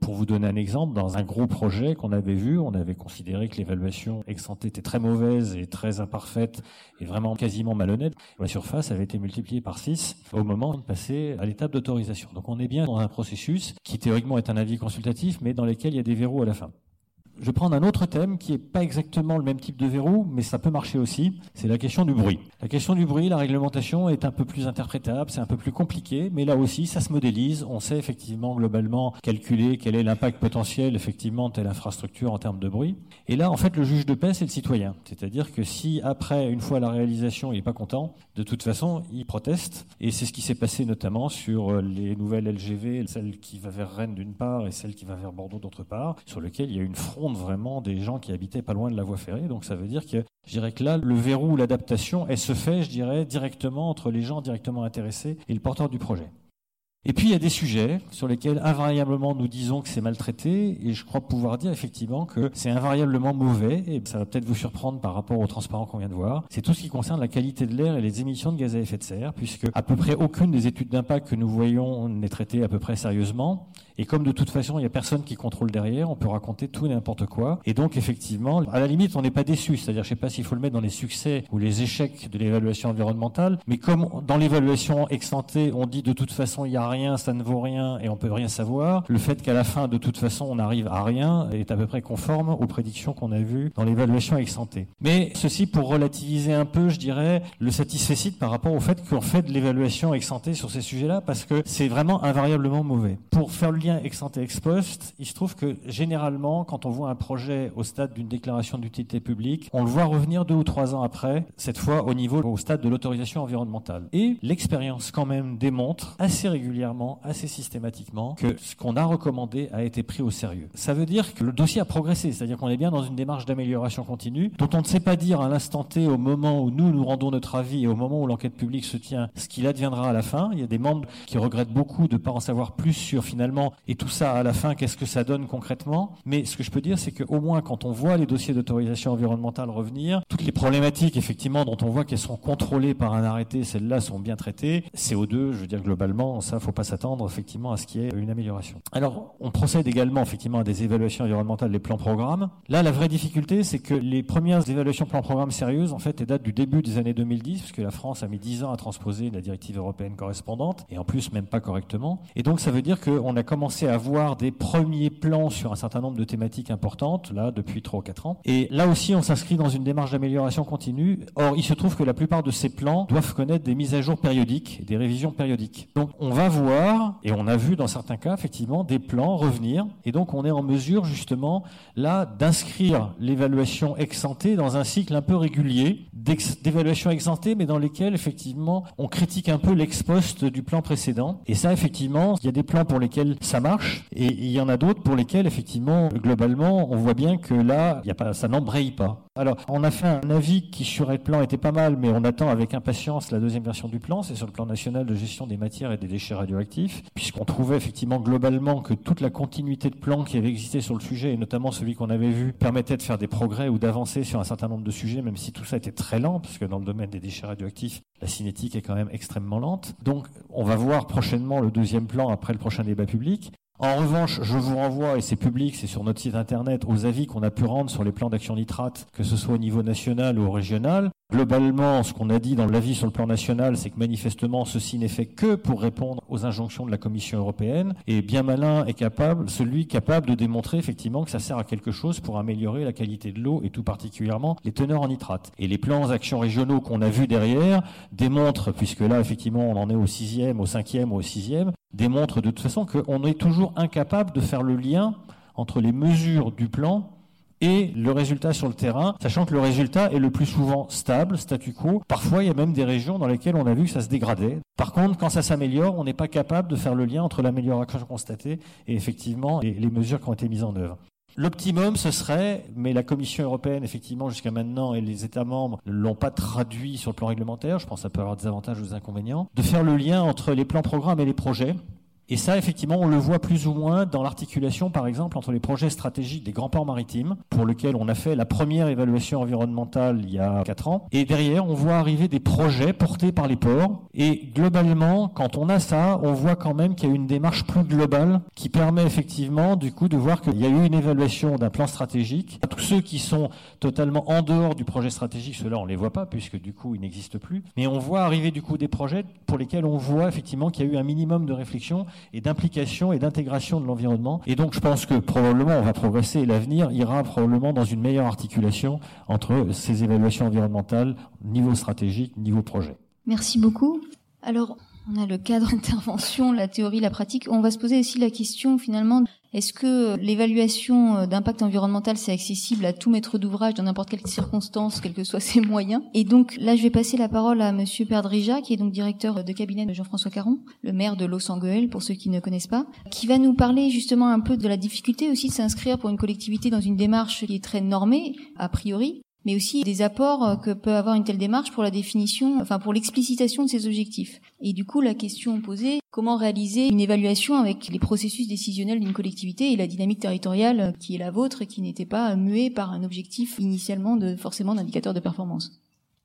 Pour vous donner un exemple, dans un gros projet qu'on avait vu, on avait considéré que l'évaluation ex-ante était très mauvaise et très imparfaite et vraiment quasiment malhonnête. La surface avait été multipliée par 6 au moment de passer à l'étape d'autorisation. Donc on est bien dans un processus qui théoriquement est un avis consultatif, mais dans lequel il y a des verrous à la fin. Je vais prendre un autre thème qui est pas exactement le même type de verrou, mais ça peut marcher aussi. C'est la question du bruit. La question du bruit, la réglementation est un peu plus interprétable, c'est un peu plus compliqué, mais là aussi, ça se modélise. On sait effectivement globalement calculer quel est l'impact potentiel effectivement de telle infrastructure en termes de bruit. Et là, en fait, le juge de paix, c'est le citoyen. C'est-à-dire que si après, une fois la réalisation, il est pas content, de toute façon, il proteste. Et c'est ce qui s'est passé notamment sur les nouvelles LGV, celle qui va vers Rennes d'une part et celle qui va vers Bordeaux d'autre part, sur lequel il y a une fronde vraiment des gens qui habitaient pas loin de la voie ferrée. Donc ça veut dire que je dirais que là, le verrou, l'adaptation, elle se fait, je dirais, directement entre les gens directement intéressés et le porteur du projet. Et puis il y a des sujets sur lesquels invariablement nous disons que c'est maltraité, et je crois pouvoir dire effectivement que c'est invariablement mauvais, et ça va peut-être vous surprendre par rapport au transparent qu'on vient de voir. C'est tout ce qui concerne la qualité de l'air et les émissions de gaz à effet de serre, puisque à peu près aucune des études d'impact que nous voyons n'est traitée à peu près sérieusement. Et comme de toute façon, il n'y a personne qui contrôle derrière, on peut raconter tout et n'importe quoi. Et donc, effectivement, à la limite, on n'est pas déçu. C'est-à-dire, je ne sais pas s'il faut le mettre dans les succès ou les échecs de l'évaluation environnementale, mais comme dans l'évaluation ex-ante, on dit de toute façon, il n'y a rien, ça ne vaut rien et on peut rien savoir, le fait qu'à la fin, de toute façon, on n'arrive à rien est à peu près conforme aux prédictions qu'on a vues dans l'évaluation ex-ante. Mais ceci pour relativiser un peu, je dirais, le satisfecit par rapport au fait qu'on fait de l'évaluation ex-ante sur ces sujets-là, parce que c'est vraiment invariablement mauvais. Pour faire le lien ex-ante ex-post, il se trouve que généralement, quand on voit un projet au stade d'une déclaration d'utilité publique, on le voit revenir 2 ou 3 ans après, cette fois au stade de l'autorisation environnementale. Et l'expérience quand même démontre assez régulièrement, assez systématiquement, que ce qu'on a recommandé a été pris au sérieux. Ça veut dire que le dossier a progressé, c'est-à-dire qu'on est bien dans une démarche d'amélioration continue, dont on ne sait pas dire à l'instant T, au moment où nous rendons notre avis et au moment où l'enquête publique se tient, ce qu'il adviendra à la fin. Il y a des membres qui regrettent beaucoup de ne pas en savoir plus sur finalement, et tout ça à la fin, qu'est-ce que ça donne concrètement. Mais ce que je peux dire, c'est qu'au moins quand on voit les dossiers d'autorisation environnementale revenir, toutes les problématiques effectivement dont on voit qu'elles sont contrôlées par un arrêté, celles-là sont bien traitées. CO2, je veux dire globalement, ça faut pas s'attendre effectivement à ce qu'il y ait une amélioration. Alors on procède également effectivement à des évaluations environnementales, les plans-programmes. Là, la vraie difficulté, c'est que les premières évaluations plan-programme sérieuses, en fait, elles datent du début des années 2010, puisque la France a mis 10 ans à transposer la directive européenne correspondante, et en plus même pas correctement. Et donc ça veut dire qu'on a commencé à voir des premiers plans sur un certain nombre de thématiques importantes, là, depuis 3 ou 4 ans. Et là aussi, on s'inscrit dans une démarche d'amélioration continue. Or, il se trouve que la plupart de ces plans doivent connaître des mises à jour périodiques, des révisions périodiques. Donc, on va voir, et on a vu dans certains cas, effectivement, des plans revenir. Et donc, on est en mesure, justement, là, d'inscrire l'évaluation ex-ante dans un cycle un peu régulier, d'évaluation ex-ante, mais dans lesquels, effectivement, on critique un peu l'ex-post du plan précédent. Et ça, effectivement, il y a des plans pour lesquels ça marche, et il y en a d'autres pour lesquels, effectivement, globalement, on voit bien que là, ça n'embraye pas. Alors, on a fait un avis qui, sur le plan, était pas mal, mais on attend avec impatience la deuxième version du plan. C'est sur le plan national de gestion des matières et des déchets radioactifs, puisqu'on trouvait effectivement globalement que toute la continuité de plans qui avait existé sur le sujet, et notamment celui qu'on avait vu, permettait de faire des progrès ou d'avancer sur un certain nombre de sujets, même si tout ça était très lent, parce que dans le domaine des déchets radioactifs, la cinétique est quand même extrêmement lente. Donc, on va voir prochainement le deuxième plan après le prochain débat public. En revanche, je vous renvoie, et c'est public, c'est sur notre site internet, aux avis qu'on a pu rendre sur les plans d'action nitrate, que ce soit au niveau national ou régional. Globalement, ce qu'on a dit dans l'avis sur le plan national, c'est que manifestement, ceci n'est fait que pour répondre aux injonctions de la Commission européenne. Et bien malin est celui capable de démontrer effectivement que ça sert à quelque chose pour améliorer la qualité de l'eau et tout particulièrement les teneurs en nitrate. Et les plans d'actions régionaux qu'on a vus derrière démontrent, puisque là, effectivement, on en est au 6e, au 5e ou au 6e, démontrent de toute façon qu'on est toujours incapable de faire le lien entre les mesures du plan et le résultat sur le terrain, sachant que le résultat est le plus souvent stable, statu quo. Parfois, il y a même des régions dans lesquelles on a vu que ça se dégradait. Par contre, quand ça s'améliore, on n'est pas capable de faire le lien entre l'amélioration constatée et effectivement les mesures qui ont été mises en œuvre. L'optimum, ce serait, mais la Commission européenne, effectivement, jusqu'à maintenant, et les États membres ne l'ont pas traduit sur le plan réglementaire, je pense que ça peut avoir des avantages ou des inconvénients, de faire le lien entre les plans programmes et les projets. Et ça, effectivement, on le voit plus ou moins dans l'articulation, par exemple, entre les projets stratégiques des grands ports maritimes, pour lesquels on a fait la première évaluation environnementale il y a 4 ans. Et derrière, on voit arriver des projets portés par les ports. Et globalement, quand on a ça, on voit quand même qu'il y a une démarche plus globale qui permet effectivement, du coup, de voir qu'il y a eu une évaluation d'un plan stratégique. Tous ceux qui sont totalement en dehors du projet stratégique, ceux-là, on les voit pas, puisque du coup, ils n'existent plus. Mais on voit arriver, du coup, des projets pour lesquels on voit effectivement qu'il y a eu un minimum de réflexion et d'implication et d'intégration de l'environnement. Et donc, je pense que probablement, on va progresser et l'avenir ira probablement dans une meilleure articulation entre ces évaluations environnementales, niveau stratégique, niveau projet. Merci beaucoup. Alors, on a le cadre d'intervention, la théorie, la pratique. On va se poser aussi la question, finalement, est-ce que l'évaluation d'impact environnemental, c'est accessible à tout maître d'ouvrage dans n'importe quelle circonstance, quels que soient ses moyens? Et donc, là, je vais passer la parole à Monsieur Perdrija, qui est donc directeur de cabinet de Jean-François Caron, le maire de Los-Angeles, pour ceux qui ne connaissent pas, qui va nous parler justement un peu de la difficulté aussi de s'inscrire pour une collectivité dans une démarche qui est très normée, a priori, mais aussi des apports que peut avoir une telle démarche pour la définition, enfin pour l'explicitation de ses objectifs. Et du coup, la question posée, comment réaliser une évaluation avec les processus décisionnels d'une collectivité et la dynamique territoriale qui est la vôtre et qui n'était pas muée par un objectif initialement forcément d'indicateur de performance.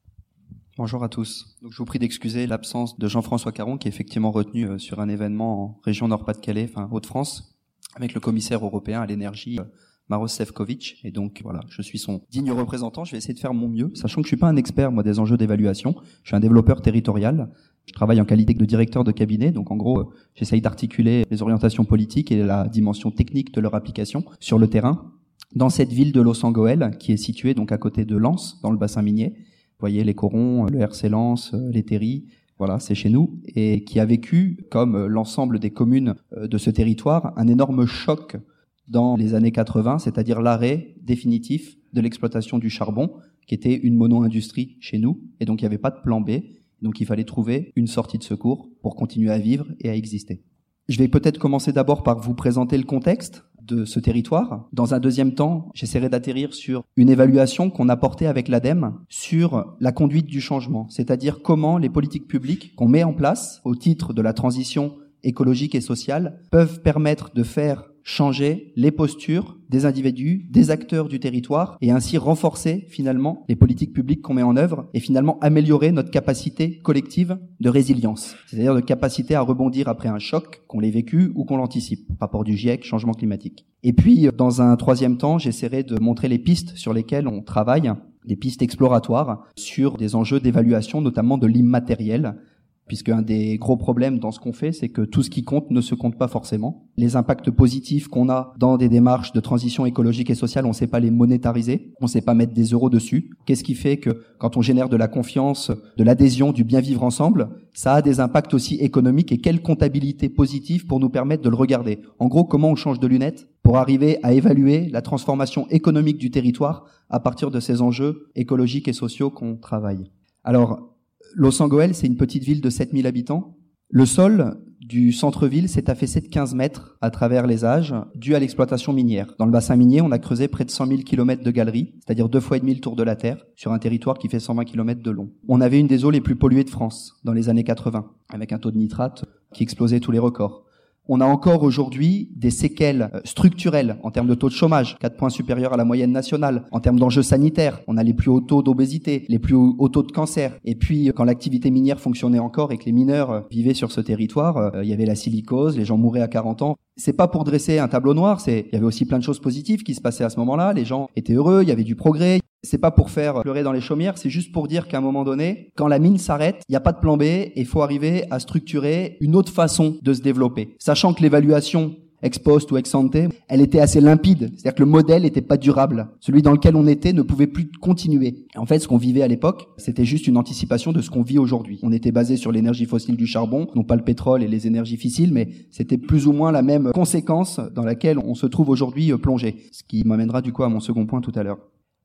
Bonjour à tous. Donc, je vous prie d'excuser l'absence de Jean-François Caron qui est effectivement retenu sur un événement en région Nord-Pas-de-Calais, enfin Hauts-de-France, avec le commissaire européen à l'énergie, Maroš Šefčovič, et donc voilà, je suis son digne représentant. Je vais essayer de faire mon mieux, sachant que je suis pas un expert moi des enjeux d'évaluation. Je suis un développeur territorial. Je travaille en qualité de directeur de cabinet, donc en gros, j'essaye d'articuler les orientations politiques et la dimension technique de leur application sur le terrain. Dans cette ville de Los-Angeles, qui est située donc à côté de Lens, dans le bassin minier, vous voyez les corons, le RC Lens, les terris. Voilà, c'est chez nous, et qui a vécu, comme l'ensemble des communes de ce territoire, un énorme choc dans les années 80, c'est-à-dire l'arrêt définitif de l'exploitation du charbon, qui était une mono-industrie chez nous, et donc il n'y avait pas de plan B, donc il fallait trouver une sortie de secours pour continuer à vivre et à exister. Je vais peut-être commencer d'abord par vous présenter le contexte de ce territoire. Dans un deuxième temps, j'essaierai d'atterrir sur une évaluation qu'on a portée avec l'ADEME sur la conduite du changement, c'est-à-dire comment les politiques publiques qu'on met en place au titre de la transition écologique et sociale peuvent permettre de faire changer les postures des individus, des acteurs du territoire, et ainsi renforcer finalement les politiques publiques qu'on met en œuvre et finalement améliorer notre capacité collective de résilience, c'est-à-dire de capacité à rebondir après un choc, qu'on l'ait vécu ou qu'on l'anticipe, rapport du GIEC, changement climatique. Et puis, dans un troisième temps, j'essaierai de montrer les pistes sur lesquelles on travaille, des pistes exploratoires sur des enjeux d'évaluation, notamment de l'immatériel, puisque un des gros problèmes dans ce qu'on fait, c'est que tout ce qui compte ne se compte pas forcément. Les impacts positifs qu'on a dans des démarches de transition écologique et sociale, on ne sait pas les monétariser, on ne sait pas mettre des euros dessus. Qu'est-ce qui fait que quand on génère de la confiance, de l'adhésion, du bien vivre ensemble, ça a des impacts aussi économiques, et quelle comptabilité positive pour nous permettre de le regarder. En gros, comment on change de lunettes pour arriver à évaluer la transformation économique du territoire à partir de ces enjeux écologiques et sociaux qu'on travaille. Alors, Los-Angeles, c'est une petite ville de 7000 habitants. Le sol du centre-ville s'est affaissé de 15 mètres à travers les âges, dû à l'exploitation minière. Dans le bassin minier, on a creusé près de 100 000 km de galeries, c'est-à-dire 2 fois et demi le tour de la Terre, sur un territoire qui fait 120 km de long. On avait une des eaux les plus polluées de France dans les années 80, avec un taux de nitrate qui explosait tous les records. On a encore aujourd'hui des séquelles structurelles en termes de taux de chômage, 4 points supérieurs à la moyenne nationale. En termes d'enjeux sanitaires, on a les plus hauts taux d'obésité, les plus hauts taux de cancer. Et puis, quand l'activité minière fonctionnait encore et que les mineurs vivaient sur ce territoire, il y avait la silicose, les gens mouraient à 40 ans. C'est pas pour dresser un tableau noir, il y avait aussi plein de choses positives qui se passaient à ce moment-là. Les gens étaient heureux, il y avait du progrès. C'est pas pour faire pleurer dans les chaumières, c'est juste pour dire qu'à un moment donné, quand la mine s'arrête, il n'y a pas de plan B et il faut arriver à structurer une autre façon de se développer. Sachant que l'évaluation ex post ou ex ante, elle était assez limpide. C'est-à-dire que le modèle n'était pas durable. Celui dans lequel on était ne pouvait plus continuer. Et en fait, ce qu'on vivait à l'époque, c'était juste une anticipation de ce qu'on vit aujourd'hui. On était basé sur l'énergie fossile du charbon, non pas le pétrole et les énergies fossiles, mais c'était plus ou moins la même conséquence dans laquelle on se trouve aujourd'hui plongé. Ce qui m'amènera du coup à mon second point tout à l'heure.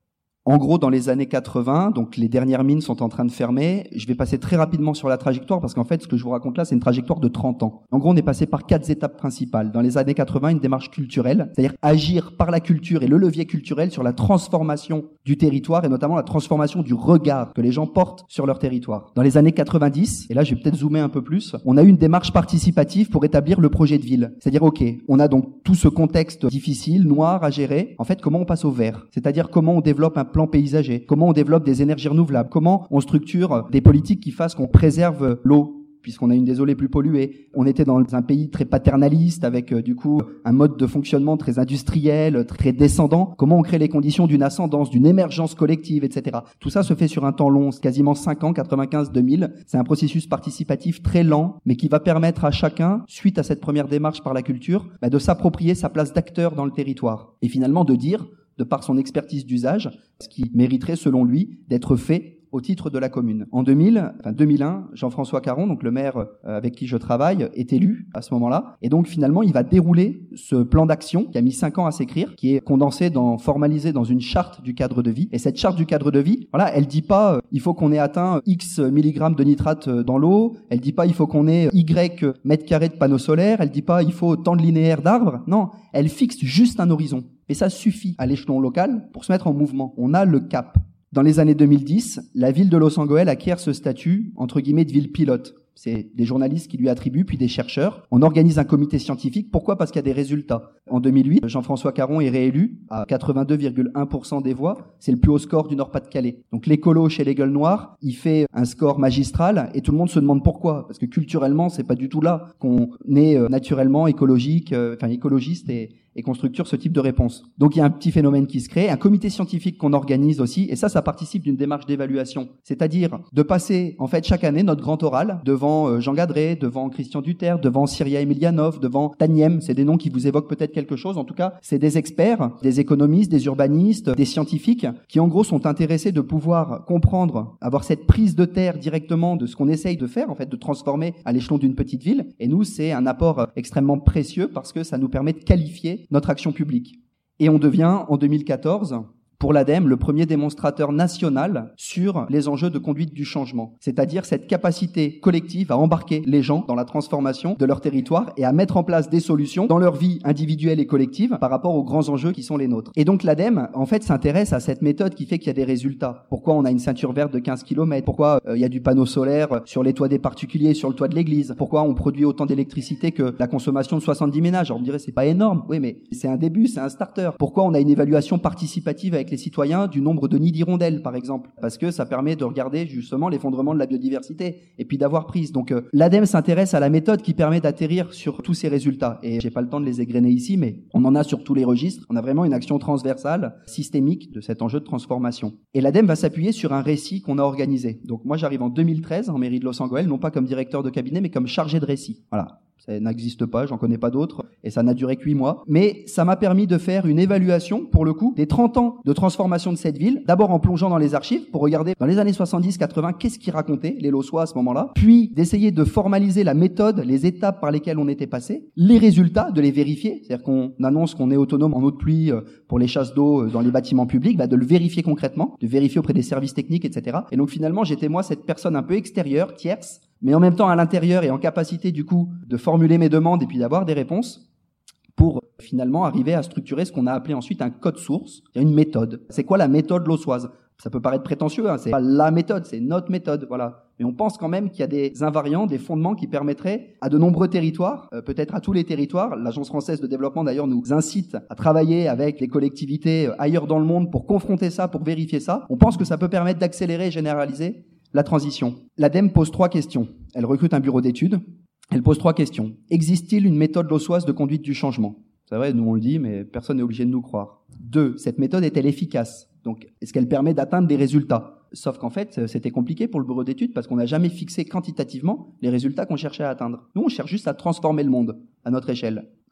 En gros, dans les années 80, donc les dernières mines sont en train de fermer. Je vais passer très rapidement sur la trajectoire parce qu'en fait, ce que je vous raconte là, c'est une trajectoire de 30 ans. En gros, on est passé par 4 étapes principales. Dans les années 80, une démarche culturelle, c'est-à-dire agir par la culture et le levier culturel sur la transformation du territoire et notamment la transformation du regard que les gens portent sur leur territoire. Dans les années 90, et là, je vais peut-être zoomer un peu plus, on a eu une démarche participative pour établir le projet de ville. C'est-à-dire, OK, on a donc tout ce contexte difficile, noir à gérer. En fait, comment on passe au vert? C'est-à-dire comment on développe un plan paysager, comment on développe des énergies renouvelables, comment on structure des politiques qui fassent qu'on préserve l'eau, puisqu'on a une des eaux les plus polluées. On était dans un pays très paternaliste avec du coup un mode de fonctionnement très industriel, très descendant. Comment on crée les conditions d'une ascendance, d'une émergence collective, etc. Tout ça se fait sur un temps long, quasiment 5 ans, 95-2000. C'est un processus participatif très lent, mais qui va permettre à chacun, suite à cette première démarche par la culture, de s'approprier sa place d'acteur dans le territoire. Et finalement de dire, de par son expertise d'usage, ce qui mériterait selon lui d'être fait au titre de la commune. En 2001, Jean-François Caron, donc le maire avec qui je travaille, est élu à ce moment-là. Et donc finalement, il va dérouler ce plan d'action qui a mis 5 ans à s'écrire, qui est condensé, formalisé dans une charte du cadre de vie. Et cette charte du cadre de vie, voilà, elle dit pas il faut qu'on ait atteint X milligrammes de nitrate dans l'eau. Elle dit pas il faut qu'on ait Y mètres carrés de panneaux solaires. Elle dit pas il faut tant de linéaires d'arbres. Non, elle fixe juste un horizon. Et ça suffit à l'échelon local pour se mettre en mouvement. On a le cap. Dans les années 2010, la ville de Los Angeles acquiert ce statut, entre guillemets, de ville pilote. C'est des journalistes qui lui attribuent, puis des chercheurs. On organise un comité scientifique. Pourquoi ? Parce qu'il y a des résultats. En 2008, Jean-François Caron est réélu à 82,1% des voix. C'est le plus haut score du Nord-Pas-de-Calais. Donc l'écolo chez les gueules noires, il fait un score magistral et tout le monde se demande pourquoi. Parce que culturellement, c'est pas du tout là qu'on est naturellement écologiste et qu'on structure ce type de réponse. Donc il y a un petit phénomène qui se crée, un comité scientifique qu'on organise aussi, et ça participe d'une démarche d'évaluation. C'est-à-dire de passer, en fait, chaque année, notre grand oral devant Jean Gadret, devant Christian Duterre, devant Syria Emilianov, devant Taniem, c'est des noms qui vous évoquent peut-être quelque chose. En tout cas, c'est des experts, des économistes, des urbanistes, des scientifiques, qui en gros sont intéressés de pouvoir comprendre, avoir cette prise de terre directement de ce qu'on essaye de faire, en fait, de transformer à l'échelon d'une petite ville. Et nous, c'est un apport extrêmement précieux parce que ça nous permet de qualifier notre action publique. Et on devient, en 2014, pour l'ADEME, le premier démonstrateur national sur les enjeux de conduite du changement. C'est-à-dire cette capacité collective à embarquer les gens dans la transformation de leur territoire et à mettre en place des solutions dans leur vie individuelle et collective par rapport aux grands enjeux qui sont les nôtres. Et donc l'ADEME, en fait, s'intéresse à cette méthode qui fait qu'il y a des résultats. Pourquoi on a une ceinture verte de 15 km ? Pourquoi il y a du panneau solaire sur les toits des particuliers, sur le toit de l'église ? Pourquoi on produit autant d'électricité que la consommation de 70 ménages ? Alors on me dirait, c'est pas énorme. Oui, mais c'est un début, c'est un starter. Pourquoi on a une évaluation participative avec les citoyens du nombre de nids d'hirondelles, par exemple, parce que ça permet de regarder justement l'effondrement de la biodiversité et puis d'avoir prise. Donc l'ADEME s'intéresse à la méthode qui permet d'atterrir sur tous ces résultats. Et j'ai pas le temps de les égrener ici, mais on en a sur tous les registres. On a vraiment une action transversale, systémique de cet enjeu de transformation. Et l'ADEME va s'appuyer sur un récit qu'on a organisé. Donc moi j'arrive en 2013 en mairie de Los Angeles, non pas comme directeur de cabinet, mais comme chargé de récit. Voilà. Ça n'existe pas, j'en connais pas d'autres, et ça n'a duré que 8 mois. Mais ça m'a permis de faire une évaluation, pour le coup, des 30 ans de transformation de cette ville. D'abord en plongeant dans les archives, pour regarder dans les années 70-80, qu'est-ce qu'ils racontaient, les Lossois à ce moment-là. Puis d'essayer de formaliser la méthode, les étapes par lesquelles on était passé, les résultats, de les vérifier. C'est-à-dire qu'on annonce qu'on est autonome en eau de pluie pour les chasses d'eau dans les bâtiments publics, de le vérifier concrètement, de vérifier auprès des services techniques, etc. Et donc finalement, j'étais moi cette personne un peu extérieure, tierce, mais en même temps à l'intérieur et en capacité du coup de formuler mes demandes et puis d'avoir des réponses pour finalement arriver à structurer ce qu'on a appelé ensuite un code source, une méthode. C'est quoi la méthode lossoise ? Ça peut paraître prétentieux, c'est pas la méthode, c'est notre méthode, voilà. Mais on pense quand même qu'il y a des invariants, des fondements qui permettraient à de nombreux territoires, peut-être à tous les territoires, l'Agence française de développement d'ailleurs nous incite à travailler avec les collectivités ailleurs dans le monde pour confronter ça, pour vérifier ça. On pense que ça peut permettre d'accélérer et généraliser la transition. L'ADEME pose 3 questions. Elle recrute un bureau d'études. Elle pose 3 questions. Existe-t-il une méthode lossoise de conduite du changement ? C'est vrai, nous on le dit, mais personne n'est obligé de nous croire. 2, cette méthode est-elle efficace ? Donc, est-ce qu'elle permet d'atteindre des résultats ? Sauf qu'en fait, c'était compliqué pour le bureau d'études parce qu'on n'a jamais fixé quantitativement les résultats qu'on cherchait à atteindre. Nous, on cherche juste à transformer le monde à notre échelle.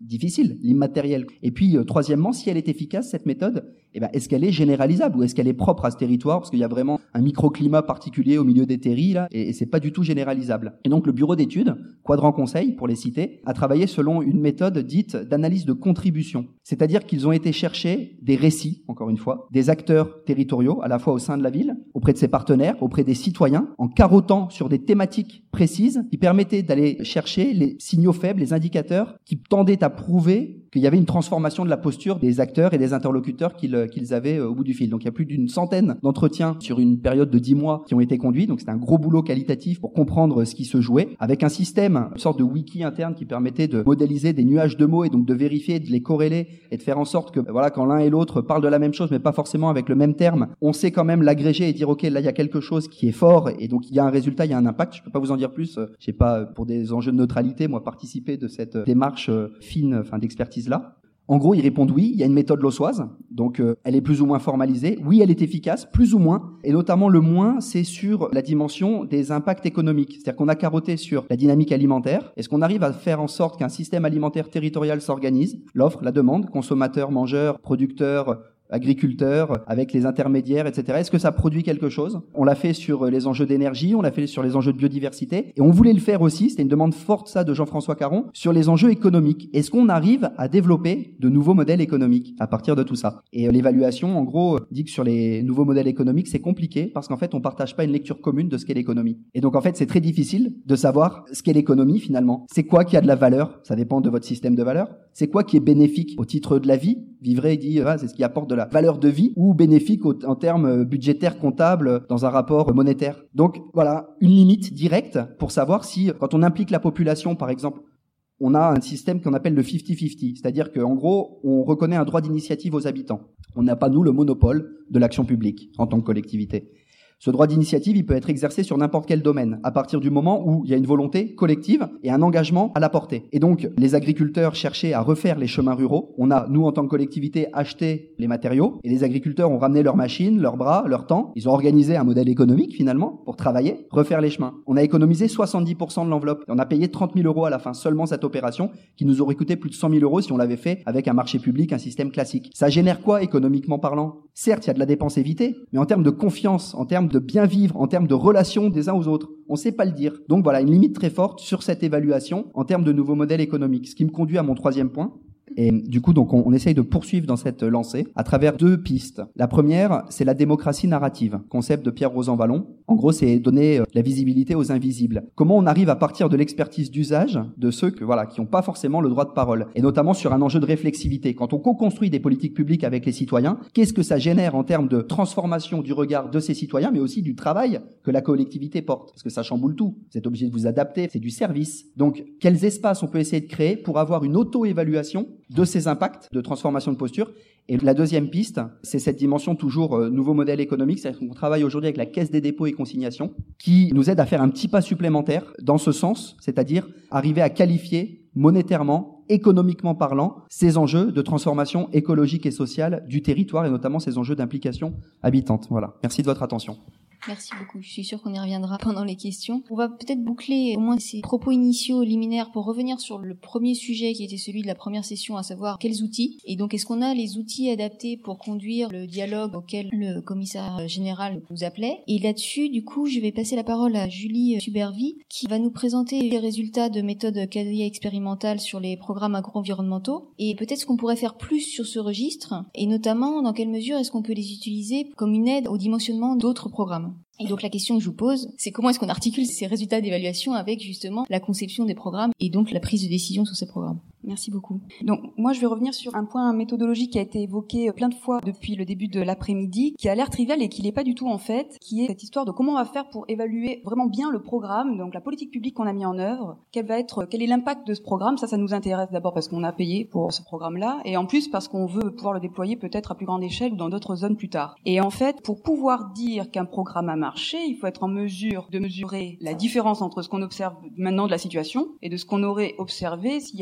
difficile, l'immatériel. Et puis, troisièmement, si elle est efficace, cette méthode, est-ce qu'elle est généralisable ou est-ce qu'elle est propre à ce territoire? Parce qu'il y a vraiment un microclimat particulier au milieu des terris, là, et c'est pas du tout généralisable. Et donc, le bureau d'études, Quadrant Conseil, pour les citer, a travaillé selon une méthode dite d'analyse de contribution. C'est-à-dire qu'ils ont été chercher des récits, encore une fois, des acteurs territoriaux, à la fois au sein de la ville, auprès de ses partenaires, auprès des citoyens, en carottant sur des thématiques précises qui permettaient d'aller chercher les signaux faibles, les indicateurs qui tendaient à prouver qu'il y avait une transformation de la posture des acteurs et des interlocuteurs qu'ils avaient au bout du fil. Donc il y a plus d'une centaine d'entretiens sur une période de 10 mois qui ont été conduits. Donc c'était un gros boulot qualitatif pour comprendre ce qui se jouait, avec un système, une sorte de wiki interne qui permettait de modéliser des nuages de mots et donc de vérifier, de les corréler et de faire en sorte que quand l'un et l'autre parlent de la même chose mais pas forcément avec le même terme, on sait quand même l'agréger et dire ok, là il y a quelque chose qui est fort et donc il y a un résultat, il y a un impact. Je peux pas vous en dire plus. J'ai pas, pour des enjeux de neutralité, moi participé de cette démarche fine, d'expertise là. En gros, ils répondent oui, il y a une méthode lossoise, donc elle est plus ou moins formalisée. Oui, elle est efficace, plus ou moins, et notamment le moins, c'est sur la dimension des impacts économiques. C'est-à-dire qu'on a carotté sur la dynamique alimentaire. Est-ce qu'on arrive à faire en sorte qu'un système alimentaire territorial s'organise? L'offre, la demande, consommateurs, mangeurs, producteurs, agriculteurs, avec les intermédiaires, etc. Est-ce que ça produit quelque chose? On l'a fait sur les enjeux d'énergie, on l'a fait sur les enjeux de biodiversité, et on voulait le faire aussi, c'était une demande forte ça de Jean-François Caron, sur les enjeux économiques. Est-ce qu'on arrive à développer de nouveaux modèles économiques à partir de tout ça? Et l'évaluation, en gros, dit que sur les nouveaux modèles économiques, c'est compliqué, parce qu'en fait, on partage pas une lecture commune de ce qu'est l'économie. Et donc, en fait, c'est très difficile de savoir ce qu'est l'économie, finalement. C'est quoi qui a de la valeur? Ça dépend de votre système de valeurs. C'est quoi qui est bénéfique au titre de la vie? Vivray dit, c'est ce qui apporte de la valeur de vie, ou bénéfique en termes budgétaires, comptables, dans un rapport monétaire. Donc voilà, une limite directe pour savoir si, quand on implique la population, par exemple, on a un système qu'on appelle le 50-50, c'est-à-dire qu'en gros, on reconnaît un droit d'initiative aux habitants. On n'a pas, nous, le monopole de l'action publique en tant que collectivité. Ce droit d'initiative, il peut être exercé sur n'importe quel domaine, à partir du moment où il y a une volonté collective et un engagement à la portée. Et donc, les agriculteurs cherchaient à refaire les chemins ruraux. On a, nous, en tant que collectivité, acheté les matériaux, et les agriculteurs ont ramené leurs machines, leurs bras, leur temps. Ils ont organisé un modèle économique, finalement, pour travailler, refaire les chemins. On a économisé 70% de l'enveloppe. On a payé 30 000 € à la fin, seulement cette opération, qui nous aurait coûté plus de 100 000 € si on l'avait fait avec un marché public, un système classique. Ça génère quoi, économiquement parlant? Certes, il y a de la dépense évitée, mais en termes de confiance, en termes de bien vivre, en termes de relations des uns aux autres, on sait pas le dire. Donc voilà, une limite très forte sur cette évaluation en termes de nouveaux modèles économiques. Ce qui me conduit à mon troisième point. Et du coup, donc, on essaye de poursuivre dans cette lancée à travers deux pistes. La première, c'est la démocratie narrative, concept de Pierre Rosanvallon. En gros, c'est donner la visibilité aux invisibles. Comment on arrive à partir de l'expertise d'usage de ceux qui n'ont pas forcément le droit de parole, et notamment sur un enjeu de réflexivité. Quand on co-construit des politiques publiques avec les citoyens, qu'est-ce que ça génère en termes de transformation du regard de ces citoyens, mais aussi du travail que la collectivité porte? Parce que ça chamboule tout. Vous êtes obligé de vous adapter, c'est du service. Donc, quels espaces on peut essayer de créer pour avoir une auto-évaluation de ces impacts de transformation de posture? Et la deuxième piste, c'est cette dimension toujours nouveau modèle économique, c'est-à-dire qu'on travaille aujourd'hui avec la Caisse des dépôts et consignations, qui nous aide à faire un petit pas supplémentaire dans ce sens, c'est-à-dire arriver à qualifier monétairement, économiquement parlant, ces enjeux de transformation écologique et sociale du territoire, et notamment ces enjeux d'implication habitante. Voilà. Merci de votre attention. Merci beaucoup. Je suis sûre qu'on y reviendra pendant les questions. On va peut-être boucler au moins ces propos initiaux liminaires pour revenir sur le premier sujet qui était celui de la première session, à savoir quels outils. Et donc, est-ce qu'on a les outils adaptés pour conduire le dialogue auquel le commissaire général nous appelait? Et là-dessus, du coup, je vais passer la parole à Julie Subervie, qui va nous présenter les résultats de méthodes quadrillées expérimentales sur les programmes agro-environnementaux. Et peut-être ce qu'on pourrait faire plus sur ce registre, et notamment dans quelle mesure est-ce qu'on peut les utiliser comme une aide au dimensionnement d'autres programmes. Et donc la question que je vous pose, c'est comment est-ce qu'on articule ces résultats d'évaluation avec justement la conception des programmes et donc la prise de décision sur ces programmes. Merci beaucoup. Donc moi je vais revenir sur un point méthodologique qui a été évoqué plein de fois depuis le début de l'après-midi, qui a l'air trivial et qui l'est pas du tout en fait, qui est cette histoire de comment on va faire pour évaluer vraiment bien le programme, donc la politique publique qu'on a mis en œuvre, quel est l'impact de ce programme. Ça nous intéresse d'abord parce qu'on a payé pour ce programme-là, et en plus parce qu'on veut pouvoir le déployer peut-être à plus grande échelle ou dans d'autres zones plus tard. Et en fait, pour pouvoir dire qu'un programme a marché, il faut être en mesure de mesurer la différence entre ce qu'on observe maintenant de la situation et de ce qu'on aurait observé s'il n'y avait pas eu de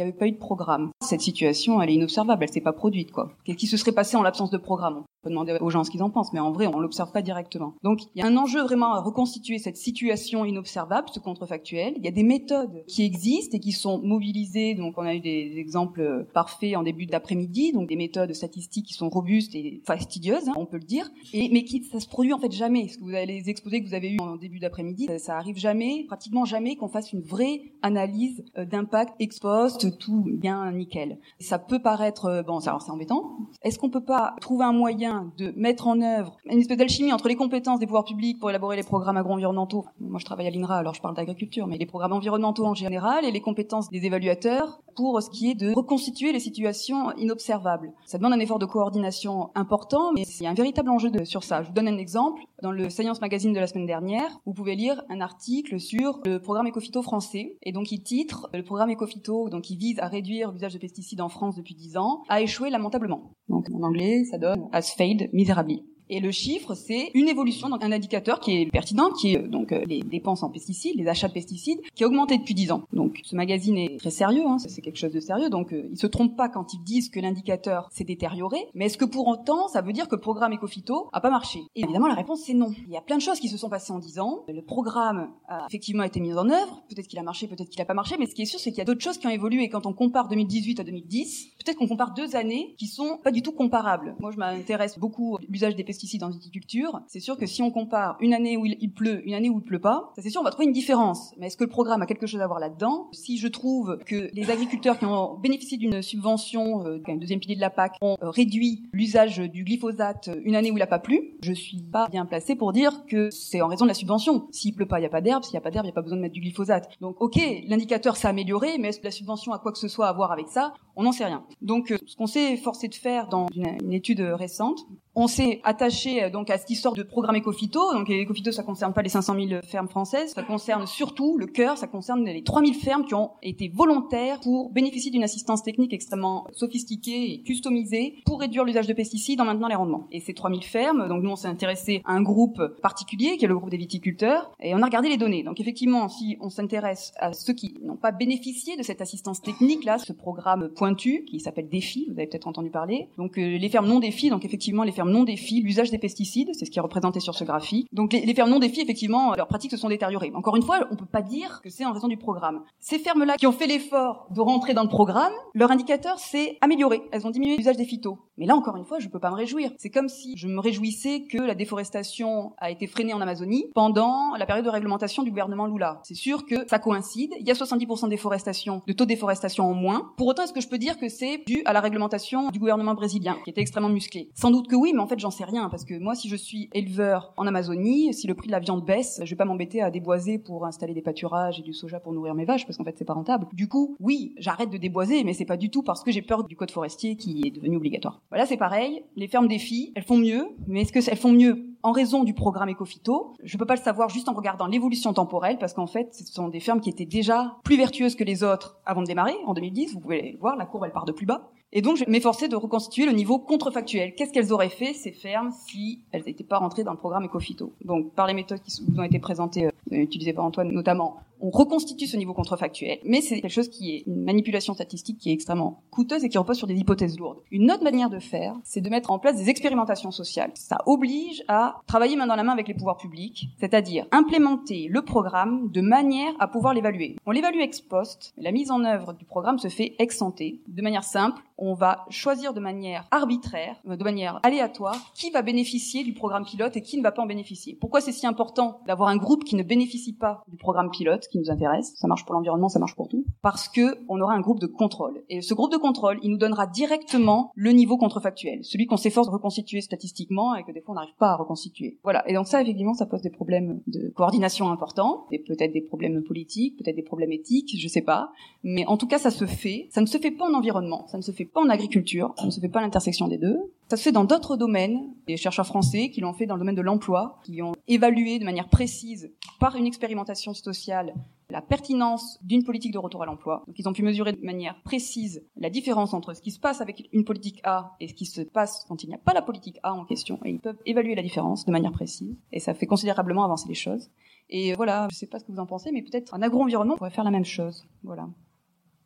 programme. Cette situation, elle est inobservable, elle s'est pas produite, quoi. Qu'est-ce qui se serait passé en l'absence de programme? On peut demander aux gens ce qu'ils en pensent, mais en vrai, on l'observe pas directement. Donc, il y a un enjeu vraiment à reconstituer cette situation inobservable, ce contrefactuel. Il y a des méthodes qui existent et qui sont mobilisées. Donc, on a eu des exemples parfaits en début d'après-midi, donc des méthodes statistiques qui sont robustes et fastidieuses, on peut le dire, mais ça se produit en fait jamais. Ce que vous avez, les exposés que vous avez eu en début d'après-midi, ça arrive jamais, pratiquement jamais qu'on fasse une vraie analyse d'impact ex post, tout bien nickel. Ça peut paraître, alors c'est embêtant. Est-ce qu'on peut pas trouver un moyen de mettre en œuvre une espèce d'alchimie entre les compétences des pouvoirs publics pour élaborer les programmes agro-environnementaux? Moi, je travaille à l'INRA, alors je parle d'agriculture, mais les programmes environnementaux en général et les compétences des évaluateurs pour ce qui est de reconstituer les situations inobservables. Ça demande un effort de coordination important, mais il y a un véritable enjeu sur ça. Je vous donne un exemple. Dans le Science Magazine de la semaine dernière, vous pouvez lire un article sur le programme Ecophyto français. Et donc, il titre le programme Ecophyto, donc il vise à réduire l'usage de pesticides en France depuis 10 ans, a échoué lamentablement. Donc, en anglais, ça donne has failed miserably. Et le chiffre, c'est une évolution, donc un indicateur qui est pertinent, qui est donc les dépenses en pesticides, les achats de pesticides, qui a augmenté depuis 10 ans. Donc ce magazine est très sérieux, c'est quelque chose de sérieux, donc ils se trompent pas quand ils disent que l'indicateur s'est détérioré, mais est-ce que pour autant, ça veut dire que le programme Ecophyto a pas marché? Et évidemment, la réponse c'est non. Il y a plein de choses qui se sont passées en 10 ans, le programme a effectivement été mis en œuvre, peut-être qu'il a marché, peut-être qu'il a pas marché, mais ce qui est sûr, c'est qu'il y a d'autres choses qui ont évolué. Quand on compare 2018 à 2010, peut-être qu'on compare 2 années qui sont pas du tout comparables. Moi, je m'intéresse beaucoup à l'usage des pesticides en viticulture. C'est sûr que si on compare une année où il pleut, une année où il pleut pas, ça c'est sûr on va trouver une différence. Mais est-ce que le programme a quelque chose à voir là-dedans? Si je trouve que les agriculteurs qui ont bénéficié d'une subvention, un deuxième pilier de la PAC, ont réduit l'usage du glyphosate une année où il a pas plu, je suis pas bien placée pour dire que c'est en raison de la subvention. S'il pleut pas, il y a pas d'herbe. S'il y a pas d'herbe, il y a pas besoin de mettre du glyphosate. Donc ok, l'indicateur s'est amélioré, mais est-ce que la subvention a quoi que ce soit à voir avec ça? On n'en sait rien. Donc ce qu'on s'est forcé de faire dans une étude récente, on s'est attaché donc à cette histoire de programme Ecophyto. Donc Ecophyto, ça concerne pas les 500 000 fermes françaises, ça concerne surtout le cœur, ça concerne les 3 000 fermes qui ont été volontaires pour bénéficier d'une assistance technique extrêmement sophistiquée et customisée pour réduire l'usage de pesticides en maintenant les rendements. Et ces 3 000 fermes, donc nous on s'est intéressé à un groupe particulier qui est le groupe des viticulteurs et on a regardé les données. Donc effectivement, si on s'intéresse à ceux qui n'ont pas bénéficié de cette assistance technique là, ce programme pointu qui s'appelle DEFI, vous avez peut-être entendu parler. Donc les fermes non DEFI, donc effectivement les fermes non DEFI, l'usage des pesticides, c'est ce qui est représenté sur ce graphique. Donc les fermes non DEFI, effectivement, leurs pratiques se sont détériorées. Encore une fois, on peut pas dire que c'est en raison du programme. Ces fermes-là qui ont fait l'effort de rentrer dans le programme, leur indicateur s'est amélioré. Elles ont diminué l'usage des phytos. Mais là, encore une fois, je peux pas me réjouir. C'est comme si je me réjouissais que la déforestation a été freinée en Amazonie pendant la période de réglementation du gouvernement Lula. C'est sûr que ça coïncide. Il y a 70% de déforestation, de taux de déforestation en moins. Pour autant, est-ce que je peux dire que c'est dû à la réglementation du gouvernement brésilien, qui était extrêmement musclé? Sans doute que oui, mais en fait, j'en sais rien, parce que moi, si je suis éleveur en Amazonie, si le prix de la viande baisse, je vais pas m'embêter à déboiser pour installer des pâturages et du soja pour nourrir mes vaches, parce qu'en fait, c'est pas rentable. Du coup, oui, j'arrête de déboiser, mais c'est pas du tout parce que j'ai peur du code forestier qui est devenu obligatoire. Voilà, c'est pareil. Les fermes DEFI, elles font mieux, mais est-ce que elles font mieux en raison du programme Ecophyto? Je peux pas le savoir juste en regardant l'évolution temporelle, parce qu'en fait, ce sont des fermes qui étaient déjà plus vertueuses que les autres avant de démarrer, en 2010. Vous pouvez voir, la courbe, elle part de plus bas. Et donc, je vais m'efforcer de reconstituer le niveau contrefactuel. Qu'est-ce qu'elles auraient fait, ces fermes, si elles n'étaient pas rentrées dans le programme Ecophyto? Donc, par les méthodes qui vous ont été présentées, utilisées par Antoine notamment, on reconstitue ce niveau contrefactuel, mais c'est quelque chose qui est une manipulation statistique qui est extrêmement coûteuse et qui repose sur des hypothèses lourdes. Une autre manière de faire, c'est de mettre en place des expérimentations sociales. Ça oblige à travailler main dans la main avec les pouvoirs publics, c'est-à-dire implémenter le programme de manière à pouvoir l'évaluer. On l'évalue ex post, mais la mise en œuvre du programme se fait ex ante, de manière simple. On va choisir de manière arbitraire, de manière aléatoire, qui va bénéficier du programme pilote et qui ne va pas en bénéficier. Pourquoi c'est si important d'avoir un groupe qui ne bénéficie pas du programme pilote, qui nous intéresse? Ça marche pour l'environnement, ça marche pour tout. Parce que on aura un groupe de contrôle. Et ce groupe de contrôle, il nous donnera directement le niveau contrefactuel, celui qu'on s'efforce de reconstituer statistiquement et que des fois on n'arrive pas à reconstituer. Voilà. Et donc ça, effectivement, ça pose des problèmes de coordination importants, et peut-être des problèmes politiques, peut-être des problèmes éthiques, je sais pas. Mais en tout cas, ça se fait. Ça ne se fait pas en environnement, ça ne se fait pas en agriculture, ça ne se fait pas à l'intersection des deux. Ça se fait dans d'autres domaines. Des chercheurs français qui l'ont fait dans le domaine de l'emploi, qui ont évalué de manière précise, par une expérimentation sociale, la pertinence d'une politique de retour à l'emploi. Donc ils ont pu mesurer de manière précise la différence entre ce qui se passe avec une politique A et ce qui se passe quand il n'y a pas la politique A en question. Et ils peuvent évaluer la différence de manière précise. Et ça fait considérablement avancer les choses. Et voilà, je ne sais pas ce que vous en pensez, mais peut-être un agro-environnement pourrait faire la même chose. Voilà.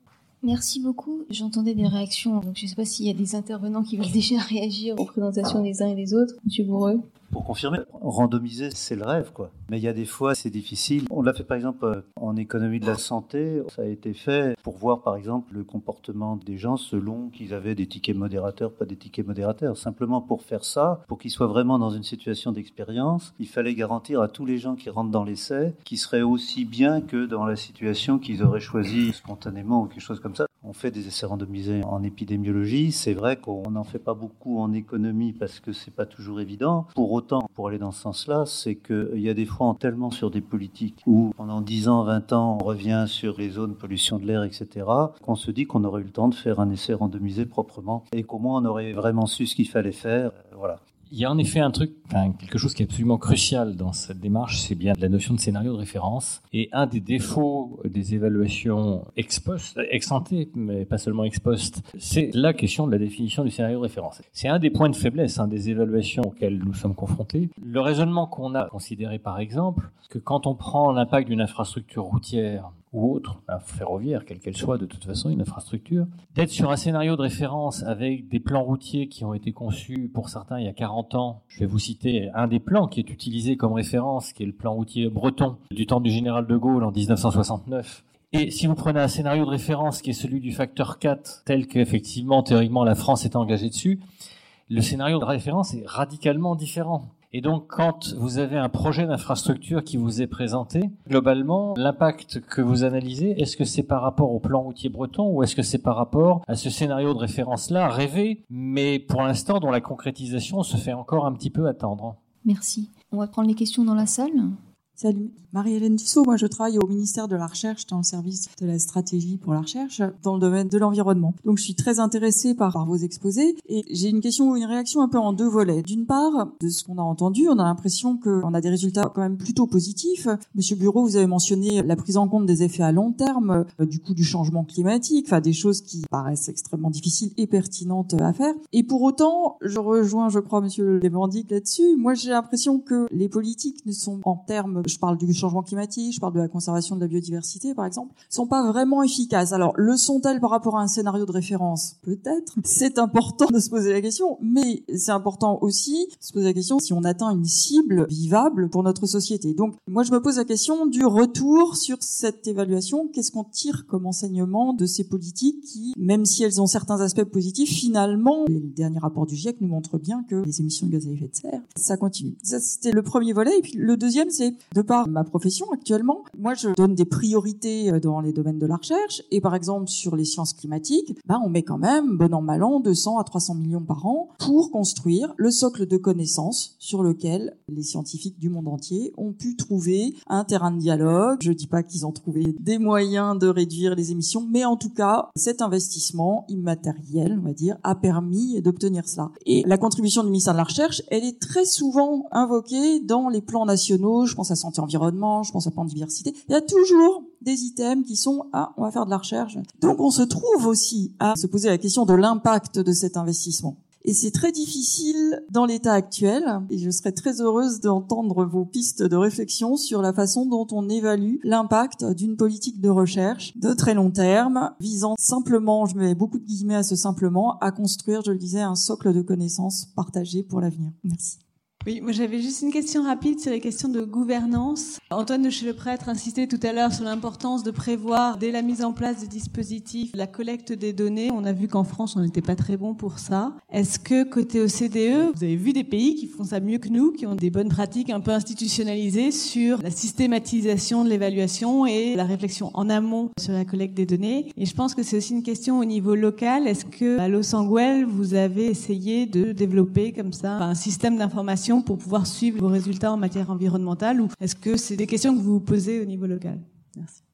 Merci beaucoup. J'entendais des réactions, donc je ne sais pas s'il y a des intervenants qui veulent déjà réagir aux présentations des uns et des autres. Monsieur Bourreux. Pour confirmer, randomiser, c'est le rêve, quoi. Mais il y a des fois, c'est difficile. On l'a fait, par exemple, en économie de la santé. Ça a été fait pour voir, par exemple, le comportement des gens selon qu'ils avaient des tickets modérateurs, pas des tickets modérateurs. Simplement pour faire ça, pour qu'ils soient vraiment dans une situation d'expérience, il fallait garantir à tous les gens qui rentrent dans l'essai qu'ils seraient aussi bien que dans la situation qu'ils auraient choisi spontanément ou quelque chose comme ça. On fait des essais randomisés en épidémiologie. C'est vrai qu'on n'en fait pas beaucoup en économie parce que c'est pas toujours évident. Pour autant, pour aller dans ce sens-là, c'est qu'il y a des fois tellement sur des politiques où pendant 10 ans, 20 ans, on revient sur les zones pollution de l'air, etc., qu'on se dit qu'on aurait eu le temps de faire un essai randomisé proprement et qu'au moins on aurait vraiment su ce qu'il fallait faire. Voilà. Il y a en effet quelque chose qui est absolument crucial dans cette démarche, c'est bien la notion de scénario de référence. Et un des défauts des évaluations ex ante, mais pas seulement ex post, c'est la question de la définition du scénario de référence. C'est un des points de faiblesse des évaluations auxquelles nous sommes confrontés. Le raisonnement qu'on a considéré par exemple, que quand on prend l'impact d'une infrastructure routière ou autre, ferroviaire, quelle qu'elle soit, de toute façon, une infrastructure, d'être sur un scénario de référence avec des plans routiers qui ont été conçus, pour certains, il y a 40 ans. Je vais vous citer un des plans qui est utilisé comme référence, qui est le plan routier breton du temps du général de Gaulle en 1969. Et si vous prenez un scénario de référence qui est celui du facteur 4, tel qu'effectivement, théoriquement, la France est engagée dessus, le scénario de référence est radicalement différent. Et donc, quand vous avez un projet d'infrastructure qui vous est présenté, globalement, l'impact que vous analysez, est-ce que c'est par rapport au plan routier breton ou est-ce que c'est par rapport à ce scénario de référence-là, rêvé, mais pour l'instant, dont la concrétisation se fait encore un petit peu attendre? Merci. On va prendre les questions dans la salle. Salut, Marie-Hélène Dussault. Moi, je travaille au ministère de la Recherche dans le service de la stratégie pour la recherche dans le domaine de l'environnement. Donc, je suis très intéressée par vos exposés et j'ai une question ou une réaction un peu en deux volets. D'une part, de ce qu'on a entendu, on a l'impression qu'on a des résultats quand même plutôt positifs. Monsieur Bureau, vous avez mentionné la prise en compte des effets à long terme, du coup du changement climatique, enfin des choses qui paraissent extrêmement difficiles et pertinentes à faire. Et pour autant, je rejoins, je crois, Monsieur Levendic là-dessus. Moi, j'ai l'impression que les politiques ne sont en termes, je parle du changement climatique, je parle de la conservation de la biodiversité, par exemple, sont pas vraiment efficaces. Alors, le sont-elles par rapport à un scénario de référence? Peut-être. C'est important de se poser la question, mais c'est important aussi de se poser la question si on atteint une cible vivable pour notre société. Donc, moi, je me pose la question du retour sur cette évaluation. Qu'est-ce qu'on tire comme enseignement de ces politiques qui, même si elles ont certains aspects positifs, finalement, les derniers rapports du GIEC nous montrent bien que les émissions de gaz à effet de serre, ça continue. Ça, c'était le premier volet. Et puis, le deuxième, c'est de par ma profession actuellement, moi je donne des priorités dans les domaines de la recherche et par exemple sur les sciences climatiques, on met quand même bon an mal an 200 à 300 millions par an pour construire le socle de connaissances sur lequel les scientifiques du monde entier ont pu trouver un terrain de dialogue. Je dis pas qu'ils ont trouvé des moyens de réduire les émissions, mais en tout cas cet investissement immatériel, on va dire, a permis d'obtenir cela. Et la contribution du ministère de la Recherche, elle est très souvent invoquée dans les plans nationaux. Je pense à santé environnement, je pense à plan de diversité. Il y a toujours des items qui sont on va faire de la recherche. Donc on se trouve aussi à se poser la question de l'impact de cet investissement. Et c'est très difficile dans l'état actuel, et je serais très heureuse d'entendre vos pistes de réflexion sur la façon dont on évalue l'impact d'une politique de recherche de très long terme, visant simplement, je mets beaucoup de guillemets à ce simplement, à construire, je le disais, un socle de connaissances partagées pour l'avenir. Merci. Oui, moi j'avais juste une question rapide sur les questions de gouvernance. Antoine de chez Le Prêtre insistait tout à l'heure sur l'importance de prévoir dès la mise en place des dispositifs la collecte des données. On a vu qu'en France on n'était pas très bon pour ça. Est-ce que côté OCDE, vous avez vu des pays qui font ça mieux que nous, qui ont des bonnes pratiques un peu institutionnalisées sur la systématisation de l'évaluation et la réflexion en amont sur la collecte des données? Et je pense que c'est aussi une question au niveau local. Est-ce que à Los Angeles vous avez essayé de développer comme ça un système d'information pour pouvoir suivre vos résultats en matière environnementale, ou est-ce que c'est des questions que vous vous posez au niveau local? Merci.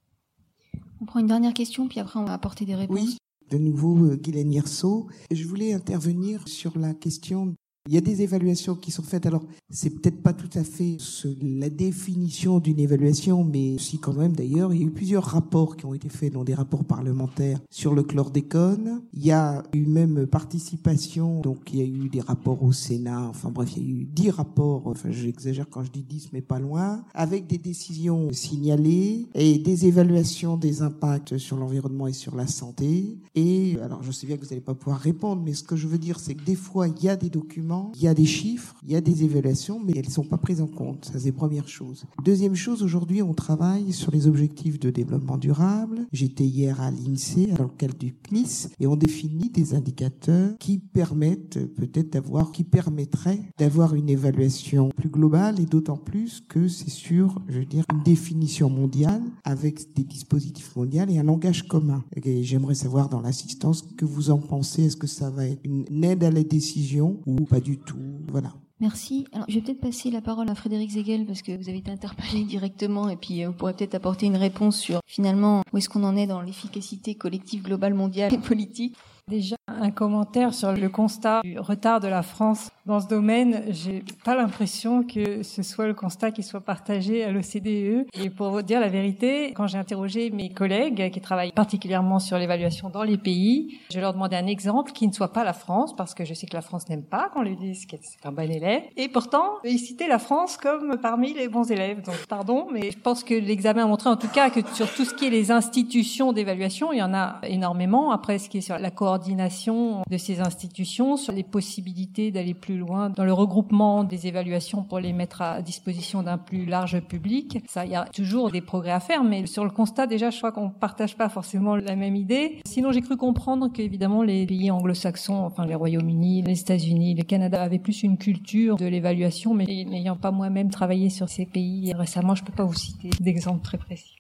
On prend une dernière question, puis après on va apporter des réponses. Oui, de nouveau Guylaine Yerceau. Je voulais intervenir sur la question Il y a des évaluations qui sont faites. Alors, c'est peut-être pas tout à fait la définition d'une évaluation, mais si quand même d'ailleurs. Il y a eu plusieurs rapports qui ont été faits, dont des rapports parlementaires sur le chlordécone. Il y a eu même participation, donc il y a eu des rapports au Sénat. Enfin bref, il y a eu 10 rapports, enfin j'exagère quand je dis 10, mais pas loin, avec des décisions signalées et des évaluations des impacts sur l'environnement et sur la santé. Et alors, je sais bien que vous n'allez pas pouvoir répondre, mais ce que je veux dire, c'est que des fois, il y a des documents, il y a des chiffres, il y a des évaluations, mais elles ne sont pas prises en compte. Ça, c'est la première chose. Deuxième chose, aujourd'hui, on travaille sur les objectifs de développement durable. J'étais hier à l'INSEE, dans le cadre du CNIS, et on définit des indicateurs qui permettraient d'avoir une évaluation plus globale, et d'autant plus que c'est sur, je veux dire, une définition mondiale, avec des dispositifs mondiaux et un langage commun. Et j'aimerais savoir dans l'assistance ce que vous en pensez. Est-ce que ça va être une aide à la décision ou pas du tout? Voilà. Merci. Alors, je vais peut-être passer la parole à Frédéric Zegel parce que vous avez été interpellé directement et puis vous pourrez peut-être apporter une réponse sur finalement où est-ce qu'on en est dans l'efficacité collective globale mondiale et politique. Déjà, un commentaire sur le constat du retard de la France dans ce domaine. J'ai pas l'impression que ce soit le constat qui soit partagé à l'OCDE. Et pour vous dire la vérité, quand j'ai interrogé mes collègues qui travaillent particulièrement sur l'évaluation dans les pays, je leur demandais un exemple qui ne soit pas la France, parce que je sais que la France n'aime pas qu'on lui dise que c'est un bon élève. Et pourtant, ils citaient la France comme parmi les bons élèves. Donc, pardon, mais je pense que l'examen a montré en tout cas que sur tout ce qui est les institutions d'évaluation, il y en a énormément. Après, ce qui est sur la coordination de ces institutions, sur les possibilités d'aller plus loin dans le regroupement des évaluations pour les mettre à disposition d'un plus large public. Ça, il y a toujours des progrès à faire, mais sur le constat, déjà, je crois qu'on partage pas forcément la même idée. Sinon, j'ai cru comprendre qu'évidemment, les pays anglo-saxons, enfin, les Royaumes-Unis, les États-Unis, le Canada avaient plus une culture de l'évaluation, mais n'ayant pas moi-même travaillé sur ces pays récemment, je peux pas vous citer d'exemples très précis.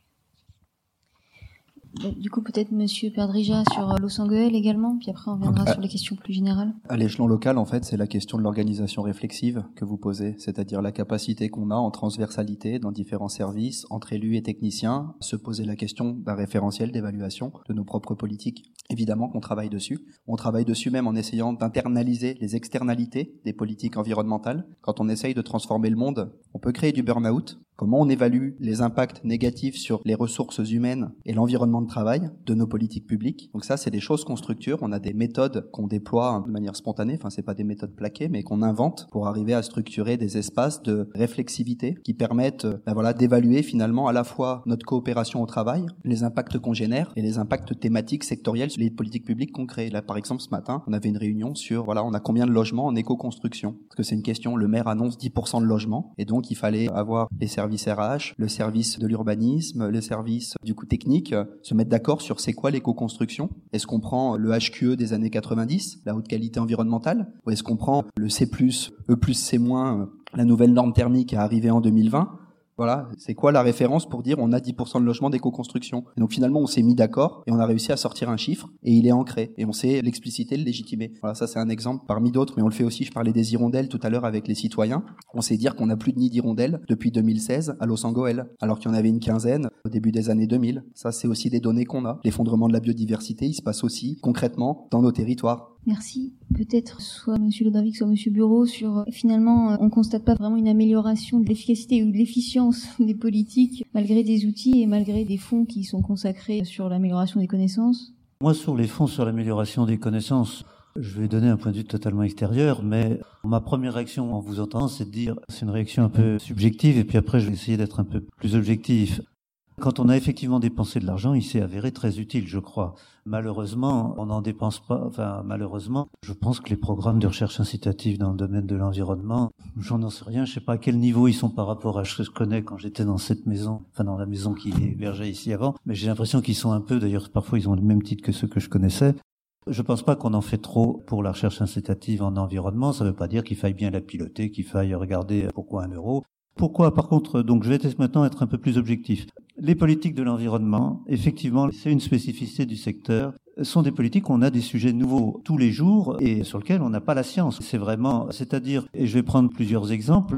Du coup, peut-être Monsieur Perdrija sur Los Angeles également, puis après on viendra sur les questions plus générales. À l'échelon local, en fait, c'est la question de l'organisation réflexive que vous posez, c'est-à-dire la capacité qu'on a en transversalité dans différents services, entre élus et techniciens, se poser la question d'un référentiel d'évaluation de nos propres politiques. Évidemment qu'on travaille dessus. On travaille dessus même en essayant d'internaliser les externalités des politiques environnementales. Quand on essaye de transformer le monde, on peut créer du burn-out. Comment on évalue les impacts négatifs sur les ressources humaines et l'environnement de travail de nos politiques publiques. Donc ça, c'est des choses qu'on structure. On a des méthodes qu'on déploie de manière spontanée. Enfin, c'est pas des méthodes plaquées, mais qu'on invente pour arriver à structurer des espaces de réflexivité qui permettent, d'évaluer finalement à la fois notre coopération au travail, les impacts qu'on génère et les impacts thématiques sectoriels sur les politiques publiques qu'on crée. Là, par exemple, ce matin, on avait une réunion sur, on a combien de logements en éco-construction? Parce que c'est une question, le maire annonce 10% de logements et donc il fallait avoir les services RH, le service de l'urbanisme, le service du coup technique, se mettre d'accord sur c'est quoi l'éco-construction. Est-ce qu'on prend le HQE des années 90, la haute qualité environnementale, ou est-ce qu'on prend le C+, E+, C-, la nouvelle norme thermique à arriver en 2020? Voilà, c'est quoi la référence pour dire on a 10% de logements d'éco-construction? Et donc finalement on s'est mis d'accord et on a réussi à sortir un chiffre et il est ancré et on sait l'expliciter, le légitimer. Voilà, ça c'est un exemple parmi d'autres, mais on le fait aussi, je parlais des hirondelles tout à l'heure avec les citoyens. On sait dire qu'on n'a plus de nid d'hirondelles depuis 2016 à Los Angeles, alors qu'il y en avait une quinzaine au début des années 2000. Ça c'est aussi des données qu'on a. L'effondrement de la biodiversité, il se passe aussi concrètement dans nos territoires. Merci. Peut-être soit Monsieur Lodavik, soit Monsieur Bureau sur finalement on constate pas vraiment une amélioration de l'efficacité ou de l'efficience des politiques malgré des outils et malgré des fonds qui sont consacrés sur l'amélioration des connaissances. Moi, sur les fonds sur l'amélioration des connaissances, je vais donner un point de vue totalement extérieur, mais ma première réaction en vous entendant, c'est de dire, c'est une réaction un peu subjective et puis après je vais essayer d'être un peu plus objectif. Quand on a effectivement dépensé de l'argent, il s'est avéré très utile, je crois. Malheureusement, on n'en dépense pas. Malheureusement, je pense que les programmes de recherche incitative dans le domaine de l'environnement, j'en sais rien. Je sais pas à quel niveau ils sont par rapport à ce que je connais quand j'étais dans cette maison, dans la maison qui hébergeait ici avant. Mais j'ai l'impression qu'ils sont un peu, d'ailleurs, parfois ils ont le même titre que ceux que je connaissais. Je pense pas qu'on en fait trop pour la recherche incitative en environnement. Ça veut pas dire qu'il faille bien la piloter, qu'il faille regarder pourquoi 1 euro. Pourquoi, par contre, donc je vais maintenant être un peu plus objectif. Les politiques de l'environnement, effectivement, c'est une spécificité du secteur, sont des politiques où on a des sujets nouveaux tous les jours et sur lesquels on n'a pas la science. C'est vraiment, c'est-à-dire, et je vais prendre plusieurs exemples,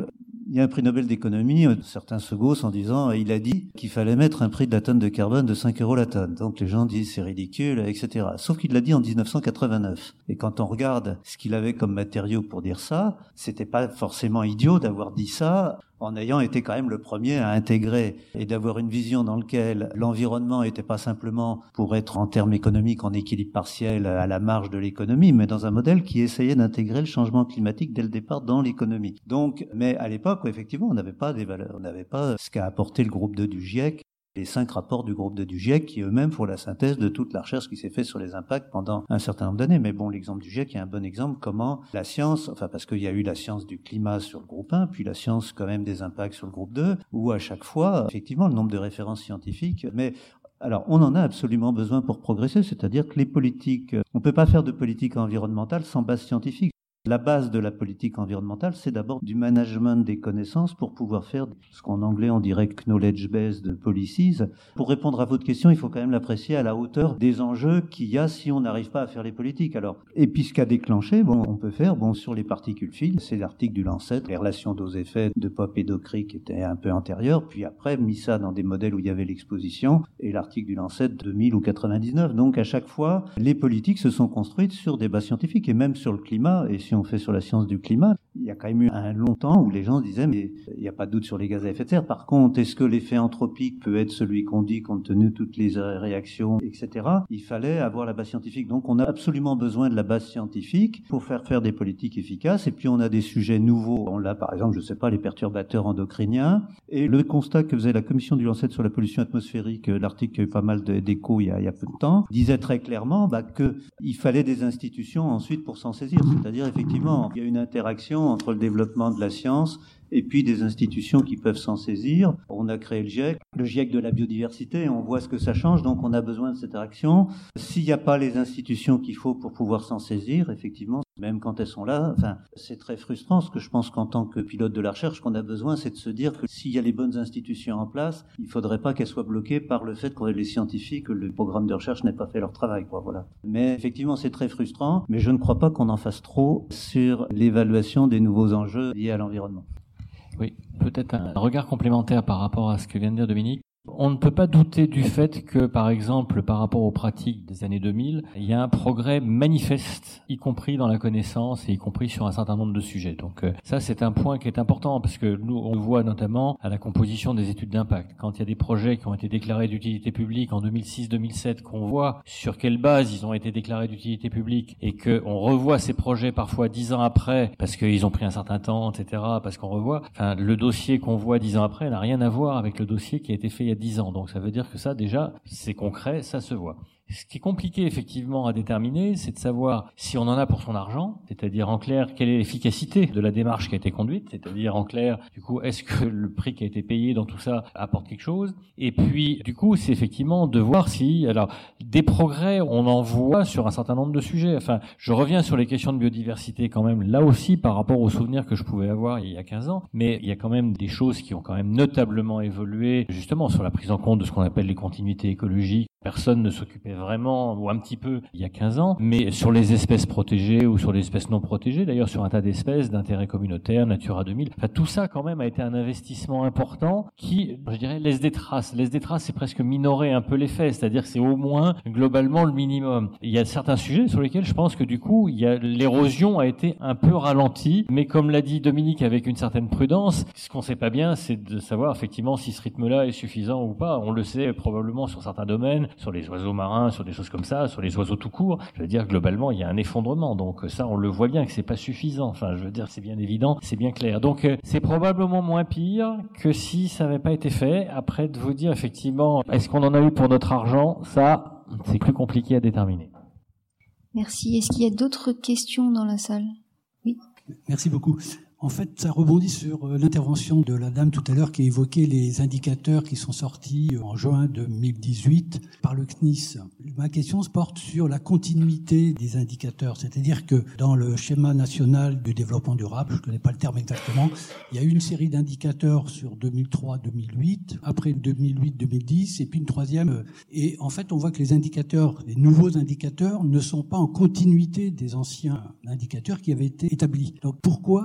Il y a un prix Nobel d'économie, certains se gaussent en disant, il a dit qu'il fallait mettre un prix de la tonne de carbone de 5 € la tonne. Donc les gens disent c'est ridicule, etc. Sauf qu'il l'a dit en 1989. Et quand on regarde ce qu'il avait comme matériaux pour dire ça, c'était pas forcément idiot d'avoir dit ça, en ayant été quand même le premier à intégrer et d'avoir une vision dans laquelle l'environnement n'était pas simplement pour être en termes économiques en équilibre partiel à la marge de l'économie, mais dans un modèle qui essayait d'intégrer le changement climatique dès le départ dans l'économie. Donc, mais à l'époque, effectivement, on n'avait pas des valeurs, on n'avait pas ce qu'a apporté le groupe 2 du GIEC, les 5 rapports du groupe 2 du GIEC qui eux-mêmes font la synthèse de toute la recherche qui s'est faite sur les impacts pendant un certain nombre d'années. Mais bon, l'exemple du GIEC est un bon exemple comment la science, enfin parce qu'il y a eu la science du climat sur le groupe 1, puis la science quand même des impacts sur le groupe 2, où à chaque fois, effectivement, le nombre de références scientifiques, mais alors, on en a absolument besoin pour progresser, c'est-à-dire que les politiques, on ne peut pas faire de politique environnementale sans base scientifique. La base de la politique environnementale, c'est d'abord du management des connaissances pour pouvoir faire ce qu'en anglais on dirait knowledge-based policies. Pour répondre à votre question, il faut quand même l'apprécier à la hauteur des enjeux qu'il y a si on n'arrive pas à faire les politiques. Alors, et puis ce qu'a déclenché, on peut faire, sur les particules fines, c'est l'article du Lancet, les relations dose-effet de Pope et d'Ockrey qui étaient un peu antérieurs, puis après mis ça dans des modèles où il y avait l'exposition, et l'article du Lancet 2000 ou 99. Donc à chaque fois, les politiques se sont construites sur des bases scientifiques, et même sur le climat, et si on fait sur la science du climat, il y a quand même eu un long temps où les gens disaient mais il n'y a pas de doute sur les gaz à effet de serre. Par contre, est-ce que l'effet anthropique peut être celui qu'on dit compte tenu de toutes les réactions, etc. Il fallait avoir la base scientifique. Donc on a absolument besoin de la base scientifique pour faire des politiques efficaces. Et puis on a des sujets nouveaux. On a par exemple, les perturbateurs endocriniens. Et le constat que faisait la commission du Lancet sur la pollution atmosphérique, l'article qui a eu pas mal d'échos il y a peu de temps, disait très clairement qu'il fallait des institutions ensuite pour s'en saisir. C'est-à-dire effectivement, il y a une interaction entre le développement de la science et puis des institutions qui peuvent s'en saisir. On a créé le GIEC de la biodiversité, on voit ce que ça change, donc on a besoin de cette interaction. S'il n'y a pas les institutions qu'il faut pour pouvoir s'en saisir, effectivement, même quand elles sont là, c'est très frustrant. Ce que je pense qu'en tant que pilote de la recherche, qu'on a besoin, c'est de se dire que s'il y a les bonnes institutions en place, il ne faudrait pas qu'elles soient bloquées par le fait qu'on ait les scientifiques, que le programme de recherche n'ait pas fait leur travail, voilà. Mais effectivement, c'est très frustrant, mais je ne crois pas qu'on en fasse trop sur l'évaluation des nouveaux enjeux liés à l'environnement. Oui, peut-être un regard complémentaire par rapport à ce que vient de dire Dominique. On ne peut pas douter du fait que, par exemple, par rapport aux pratiques des années 2000, il y a un progrès manifeste, y compris dans la connaissance et y compris sur un certain nombre de sujets. Donc ça, c'est un point qui est important parce que nous, on le voit notamment à la composition des études d'impact. Quand il y a des projets qui ont été déclarés d'utilité publique en 2006-2007, qu'on voit sur quelle base ils ont été déclarés d'utilité publique et qu'on revoit ces projets parfois 10 ans après parce qu'ils ont pris un certain temps, etc., parce qu'on revoit, le dossier qu'on voit 10 ans après n'a rien à voir avec le dossier qui a été fait il y a 10 ans. Donc ça veut dire que ça, déjà, c'est concret, ça se voit. Ce qui est compliqué effectivement à déterminer, c'est de savoir si on en a pour son argent, c'est-à-dire en clair, quelle est l'efficacité de la démarche qui a été conduite, c'est-à-dire en clair, du coup, est-ce que le prix qui a été payé dans tout ça apporte quelque chose? Et puis, du coup, c'est effectivement de voir si, alors, des progrès, on en voit sur un certain nombre de sujets. Je reviens sur les questions de biodiversité quand même, là aussi, par rapport aux souvenirs que je pouvais avoir il y a 15 ans, mais il y a quand même des choses qui ont quand même notablement évolué, justement, sur la prise en compte de ce qu'on appelle les continuités écologiques. Personne ne s'occupait vraiment, ou un petit peu, il y a 15 ans, mais sur les espèces protégées ou sur les espèces non protégées, d'ailleurs sur un tas d'espèces d'intérêt communautaire, Natura 2000, tout ça quand même a été un investissement important qui, je dirais, laisse des traces. Laisse des traces, c'est presque minorer un peu l'effet, c'est-à-dire que c'est au moins globalement le minimum. Il y a certains sujets sur lesquels je pense que du coup, l'érosion a été un peu ralentie, mais comme l'a dit Dominique avec une certaine prudence, ce qu'on sait pas bien, c'est de savoir effectivement si ce rythme-là est suffisant ou pas. On le sait probablement sur certains domaines, sur les oiseaux marins, sur des choses comme ça, sur les oiseaux tout court. Je veux dire, globalement, il y a un effondrement. Donc ça, on le voit bien que c'est pas suffisant. Je veux dire, c'est bien évident, c'est bien clair. Donc c'est probablement moins pire que si ça n'avait pas été fait. Après, de vous dire effectivement, est-ce qu'on en a eu pour notre argent? Ça, c'est plus compliqué à déterminer. Merci. Est-ce qu'il y a d'autres questions dans la salle? Oui. Merci beaucoup. En fait, ça rebondit sur l'intervention de la dame tout à l'heure qui a évoqué les indicateurs qui sont sortis en juin 2018 par le CNIS. Ma question se porte sur la continuité des indicateurs. C'est-à-dire que dans le schéma national du développement durable, je ne connais pas le terme exactement, il y a eu une série d'indicateurs sur 2003-2008, après 2008-2010, et puis une troisième. Et en fait, on voit que les indicateurs, les nouveaux indicateurs, ne sont pas en continuité des anciens indicateurs qui avaient été établis. Donc pourquoi il n'y a pas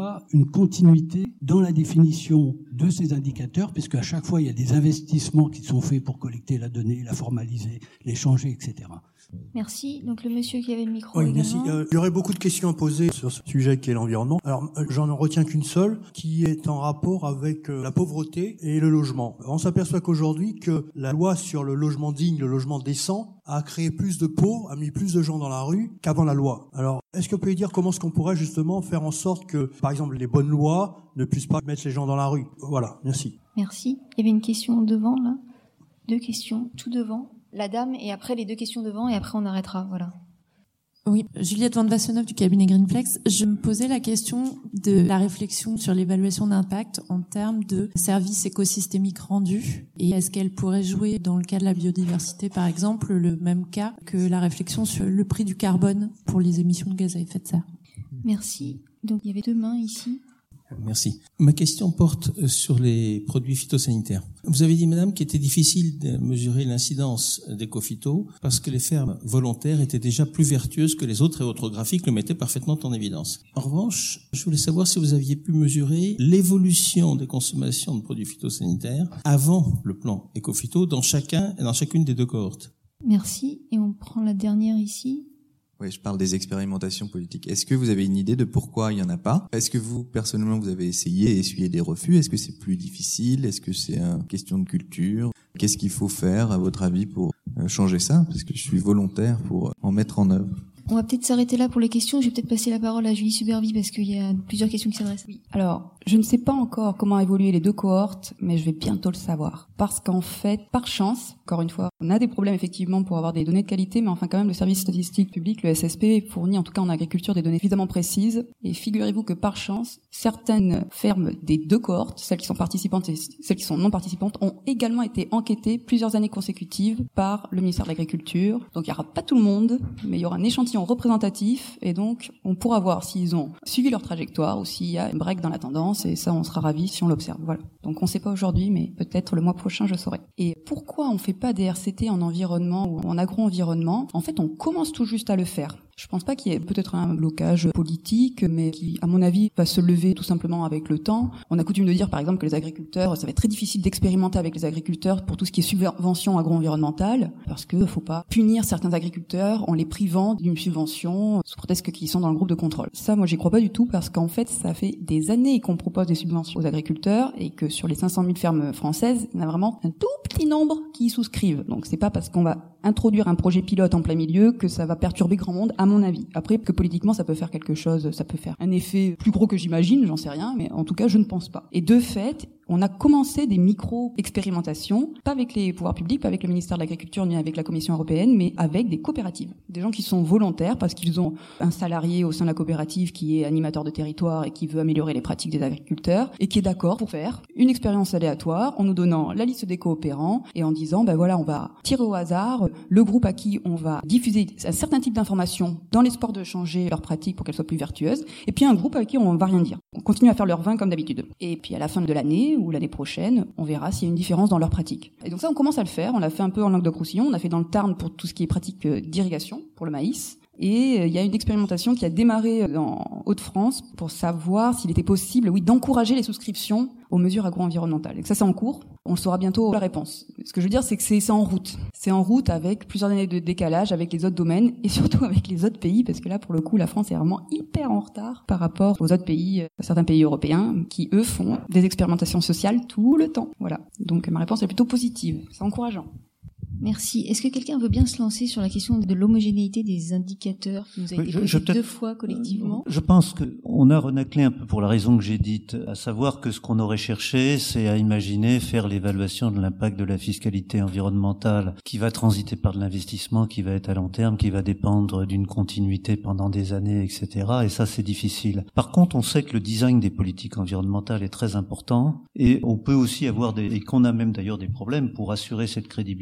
pas une continuité dans la définition de ces indicateurs, puisque à chaque fois, il y a des investissements qui sont faits pour collecter la donnée, la formaliser, l'échanger, etc. Merci. Donc le monsieur qui avait le micro Oui, également. merci. Il y aurait beaucoup de questions à poser sur ce sujet qui est l'environnement. Alors, j'en retiens qu'une seule, qui est en rapport avec la pauvreté et le logement. On s'aperçoit qu'aujourd'hui, que la loi sur le logement digne, le logement décent, a créé plus de pauvres, a mis plus de gens dans la rue qu'avant la loi. Alors, est-ce que vous pouvez dire comment est-ce qu'on pourrait justement faire en sorte que, par exemple, les bonnes lois ne puissent pas mettre les gens dans la rue? Voilà, merci. Merci. Il y avait une question devant, là. 2 questions, tout devant. La dame, et après les 2 questions devant, et après on arrêtera, voilà. Oui, Juliette Van Wassenhoff du cabinet Greenflex. Je me posais la question de la réflexion sur l'évaluation d'impact en termes de services écosystémiques rendus. Et est-ce qu'elle pourrait jouer, dans le cas de la biodiversité par exemple, le même cas que la réflexion sur le prix du carbone pour les émissions de gaz à effet de serre? Merci. Donc il y avait 2 mains ici. Merci. Ma question porte sur les produits phytosanitaires. Vous avez dit, madame, qu'il était difficile de mesurer l'incidence d'éco-phyto parce que les fermes volontaires étaient déjà plus vertueuses que les autres et votre graphique le mettait parfaitement en évidence. En revanche, je voulais savoir si vous aviez pu mesurer l'évolution des consommations de produits phytosanitaires avant le plan éco-phyto dans chacune des 2 cohortes. Merci. Et on prend la dernière ici. Oui, je parle des expérimentations politiques. Est-ce que vous avez une idée de pourquoi il y en a pas? Est-ce que vous, personnellement, vous avez essayé et essuyé des refus? Est-ce que c'est plus difficile? Est-ce que c'est une question de culture? Qu'est-ce qu'il faut faire, à votre avis, pour changer ça? Parce que je suis volontaire pour en mettre en œuvre. On va peut-être s'arrêter là pour les questions. Je vais peut-être passer la parole à Julie Subervi parce qu'il y a plusieurs questions qui s'adressent. Oui. Alors, je ne sais pas encore comment évoluer les 2 cohortes, mais je vais bientôt le savoir. Parce qu'en fait, par chance, encore une fois, on a des problèmes effectivement pour avoir des données de qualité, mais enfin quand même le service statistique public, le SSP, fournit en tout cas en agriculture des données suffisamment précises. Et figurez-vous que par chance, certaines fermes des 2 cohortes, celles qui sont participantes et celles qui sont non participantes, ont également été enquêtées plusieurs années consécutives par le ministère de l'Agriculture. Donc il n'y aura pas tout le monde, mais il y aura un échantillon représentatif et donc on pourra voir s'ils ont suivi leur trajectoire ou s'il y a un break dans la tendance et ça on sera ravis si on l'observe. Voilà. Donc on ne sait pas aujourd'hui, mais peut-être le mois prochain je saurai. Et pourquoi on fait pas des RCT en environnement ou en agro-environnement? En fait, on commence tout juste à le faire. Je pense pas qu'il y ait peut-être un blocage politique, mais qui, à mon avis, va se lever tout simplement avec le temps. On a coutume de dire, par exemple, que les agriculteurs, ça va être très difficile d'expérimenter avec les agriculteurs pour tout ce qui est subvention agro-environnementale, parce que faut pas punir certains agriculteurs en les privant d'une subvention sous prétexte qu'ils sont dans le groupe de contrôle. Ça, moi, j'y crois pas du tout, parce qu'en fait, ça fait des années qu'on propose des subventions aux agriculteurs et que sur les 500 000 fermes françaises, il y en a vraiment un tout petit nombre qui y souscrivent. Donc, c'est pas parce qu'on va introduire un projet pilote en plein milieu que ça va perturber grand monde, à mon avis. Après, que politiquement, ça peut faire quelque chose, ça peut faire un effet plus gros que j'imagine, j'en sais rien, mais en tout cas, je ne pense pas. Et de fait, on a commencé des micro-expérimentations, pas avec les pouvoirs publics, pas avec le ministère de l'Agriculture, ni avec la Commission européenne, mais avec des coopératives. Des gens qui sont volontaires parce qu'ils ont un salarié au sein de la coopérative qui est animateur de territoire et qui veut améliorer les pratiques des agriculteurs et qui est d'accord pour faire une expérience aléatoire en nous donnant la liste des coopérants et en disant, ben voilà, on va tirer au hasard le groupe à qui on va diffuser un certain type d'informations dans l'espoir de changer leurs pratiques pour qu'elles soient plus vertueuses, et puis un groupe à qui on va rien dire. On continue à faire leur vin comme d'habitude. Et puis à la fin de l'année ou l'année prochaine, on verra s'il y a une différence dans leurs pratiques. Et donc ça, on commence à le faire. On l'a fait un peu en Languedoc-Roussillon, on a fait dans le Tarn pour tout ce qui est pratique d'irrigation, pour le maïs. Et il y a une expérimentation qui a démarré en Hauts-de-France pour savoir s'il était possible, d'encourager les souscriptions aux mesures agro-environnementales. Et que ça, c'est en cours. On saura bientôt la réponse. Ce que je veux dire, c'est que c'est en route. C'est en route avec plusieurs années de décalage avec les autres domaines et surtout avec les autres pays, parce que là, pour le coup, la France est vraiment hyper en retard par rapport aux autres pays, certains pays européens, qui, eux, font des expérimentations sociales tout le temps. Voilà. Donc, ma réponse est plutôt positive. C'est encourageant. Merci. Est-ce que quelqu'un veut bien se lancer sur la question de l'homogénéité des indicateurs qui nous a été posée 2 fois collectivement? Je pense qu'on a renaclé un peu pour la raison que j'ai dite, à savoir que ce qu'on aurait cherché, c'est à imaginer faire l'évaluation de l'impact de la fiscalité environnementale qui va transiter par de l'investissement, qui va être à long terme, qui va dépendre d'une continuité pendant des années, etc. Et ça, c'est difficile. Par contre, on sait que le design des politiques environnementales est très important et on peut aussi avoir et qu'on a même d'ailleurs des problèmes pour assurer cette crédibilité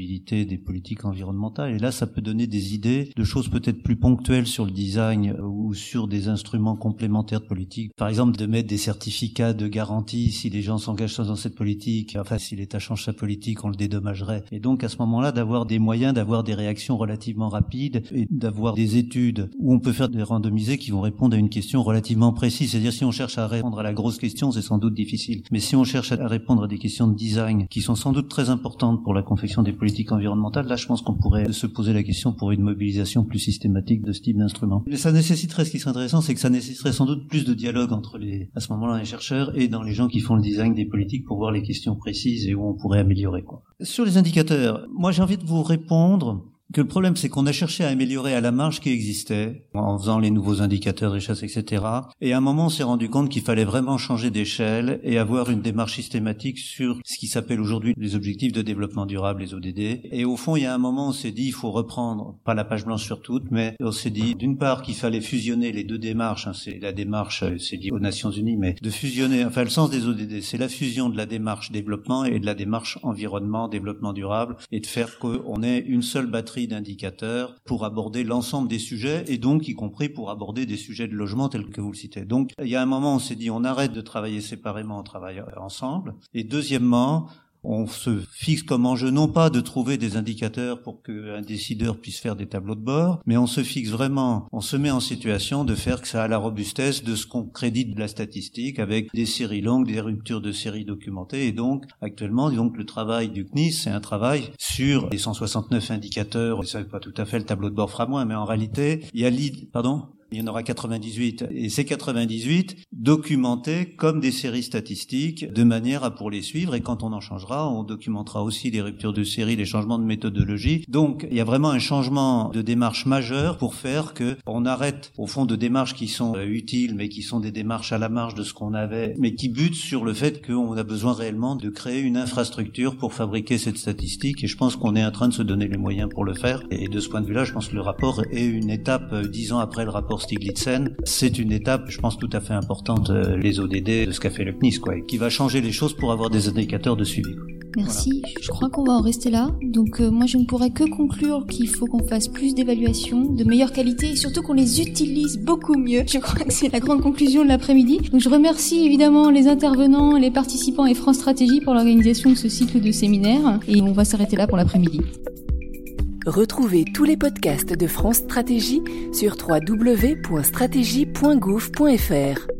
des politiques environnementales. Et là, ça peut donner des idées de choses peut-être plus ponctuelles sur le design ou sur des instruments complémentaires de politique. Par exemple, de mettre des certificats de garantie si les gens s'engagent dans cette politique. Enfin, si l'État change sa politique, on le dédommagerait. Et donc, à ce moment-là, d'avoir des moyens, d'avoir des réactions relativement rapides et d'avoir des études où on peut faire des randomisés qui vont répondre à une question relativement précise. C'est-à-dire, si on cherche à répondre à la grosse question, c'est sans doute difficile. Mais si on cherche à répondre à des questions de design qui sont sans doute très importantes pour la confection des politiques environnementales, là, je pense qu'on pourrait se poser la question pour une mobilisation plus systématique de ce type d'instrument. Mais ça nécessiterait, ce qui serait intéressant, c'est que ça nécessiterait sans doute plus de dialogue entre à ce moment-là, les chercheurs et dans les gens qui font le design des politiques pour voir les questions précises et où on pourrait améliorer, quoi. Sur les indicateurs, moi, j'ai envie de vous répondre que le problème, c'est qu'on a cherché à améliorer à la marge ce qui existait, en faisant les nouveaux indicateurs de richesse, etc. Et à un moment, on s'est rendu compte qu'il fallait vraiment changer d'échelle et avoir une démarche systématique sur ce qui s'appelle aujourd'hui les objectifs de développement durable, les ODD. Et au fond, il y a un moment, on s'est dit, il faut reprendre, pas la page blanche sur toutes, mais on s'est dit, d'une part, qu'il fallait fusionner les deux démarches, c'est la démarche, c'est lié aux Nations Unies, mais de fusionner, enfin, le sens des ODD, c'est la fusion de la démarche développement et de la démarche environnement, développement durable, et de faire qu'on ait une seule batterie d'indicateurs pour aborder l'ensemble des sujets et donc y compris pour aborder des sujets de logement tels que vous le citez. Donc il y a un moment on s'est dit on arrête de travailler séparément, on travaille ensemble. Et deuxièmement, on se fixe comme enjeu non pas de trouver des indicateurs pour qu'un décideur puisse faire des tableaux de bord, mais on se fixe vraiment, on se met en situation de faire que ça a la robustesse de ce qu'on crédite de la statistique avec des séries longues, des ruptures de séries documentées. Et donc actuellement, donc le travail du CNIS, c'est un travail sur les 169 indicateurs. Ça n'est pas tout à fait le tableau de bord framoin, mais en réalité, il y a il y en aura 98, et ces 98 documentés comme des séries statistiques, de manière à pour les suivre, et quand on en changera, on documentera aussi les ruptures de série, les changements de méthodologie. Donc, il y a vraiment un changement de démarche majeur pour faire que on arrête, au fond, de démarches qui sont utiles, mais qui sont des démarches à la marge de ce qu'on avait, mais qui butent sur le fait qu'on a besoin réellement de créer une infrastructure pour fabriquer cette statistique, et je pense qu'on est en train de se donner les moyens pour le faire. Et de ce point de vue-là, je pense que le rapport est une étape, 10 ans après le rapport Stiglitz-Sen, c'est une étape, je pense, tout à fait importante, les ODD, de ce qu'a fait le CNIS, quoi, et qui va changer les choses pour avoir des indicateurs de suivi. Merci. Voilà. Je crois qu'on va en rester là. Donc moi, je ne pourrais que conclure qu'il faut qu'on fasse plus d'évaluations de meilleure qualité et surtout qu'on les utilise beaucoup mieux. Je crois que c'est la grande conclusion de l'après-midi. Donc je remercie évidemment les intervenants, les participants et France Stratégie pour l'organisation de ce cycle de séminaires. Et on va s'arrêter là pour l'après-midi. Retrouvez tous les podcasts de France Stratégie sur www.stratégie.gouv.fr.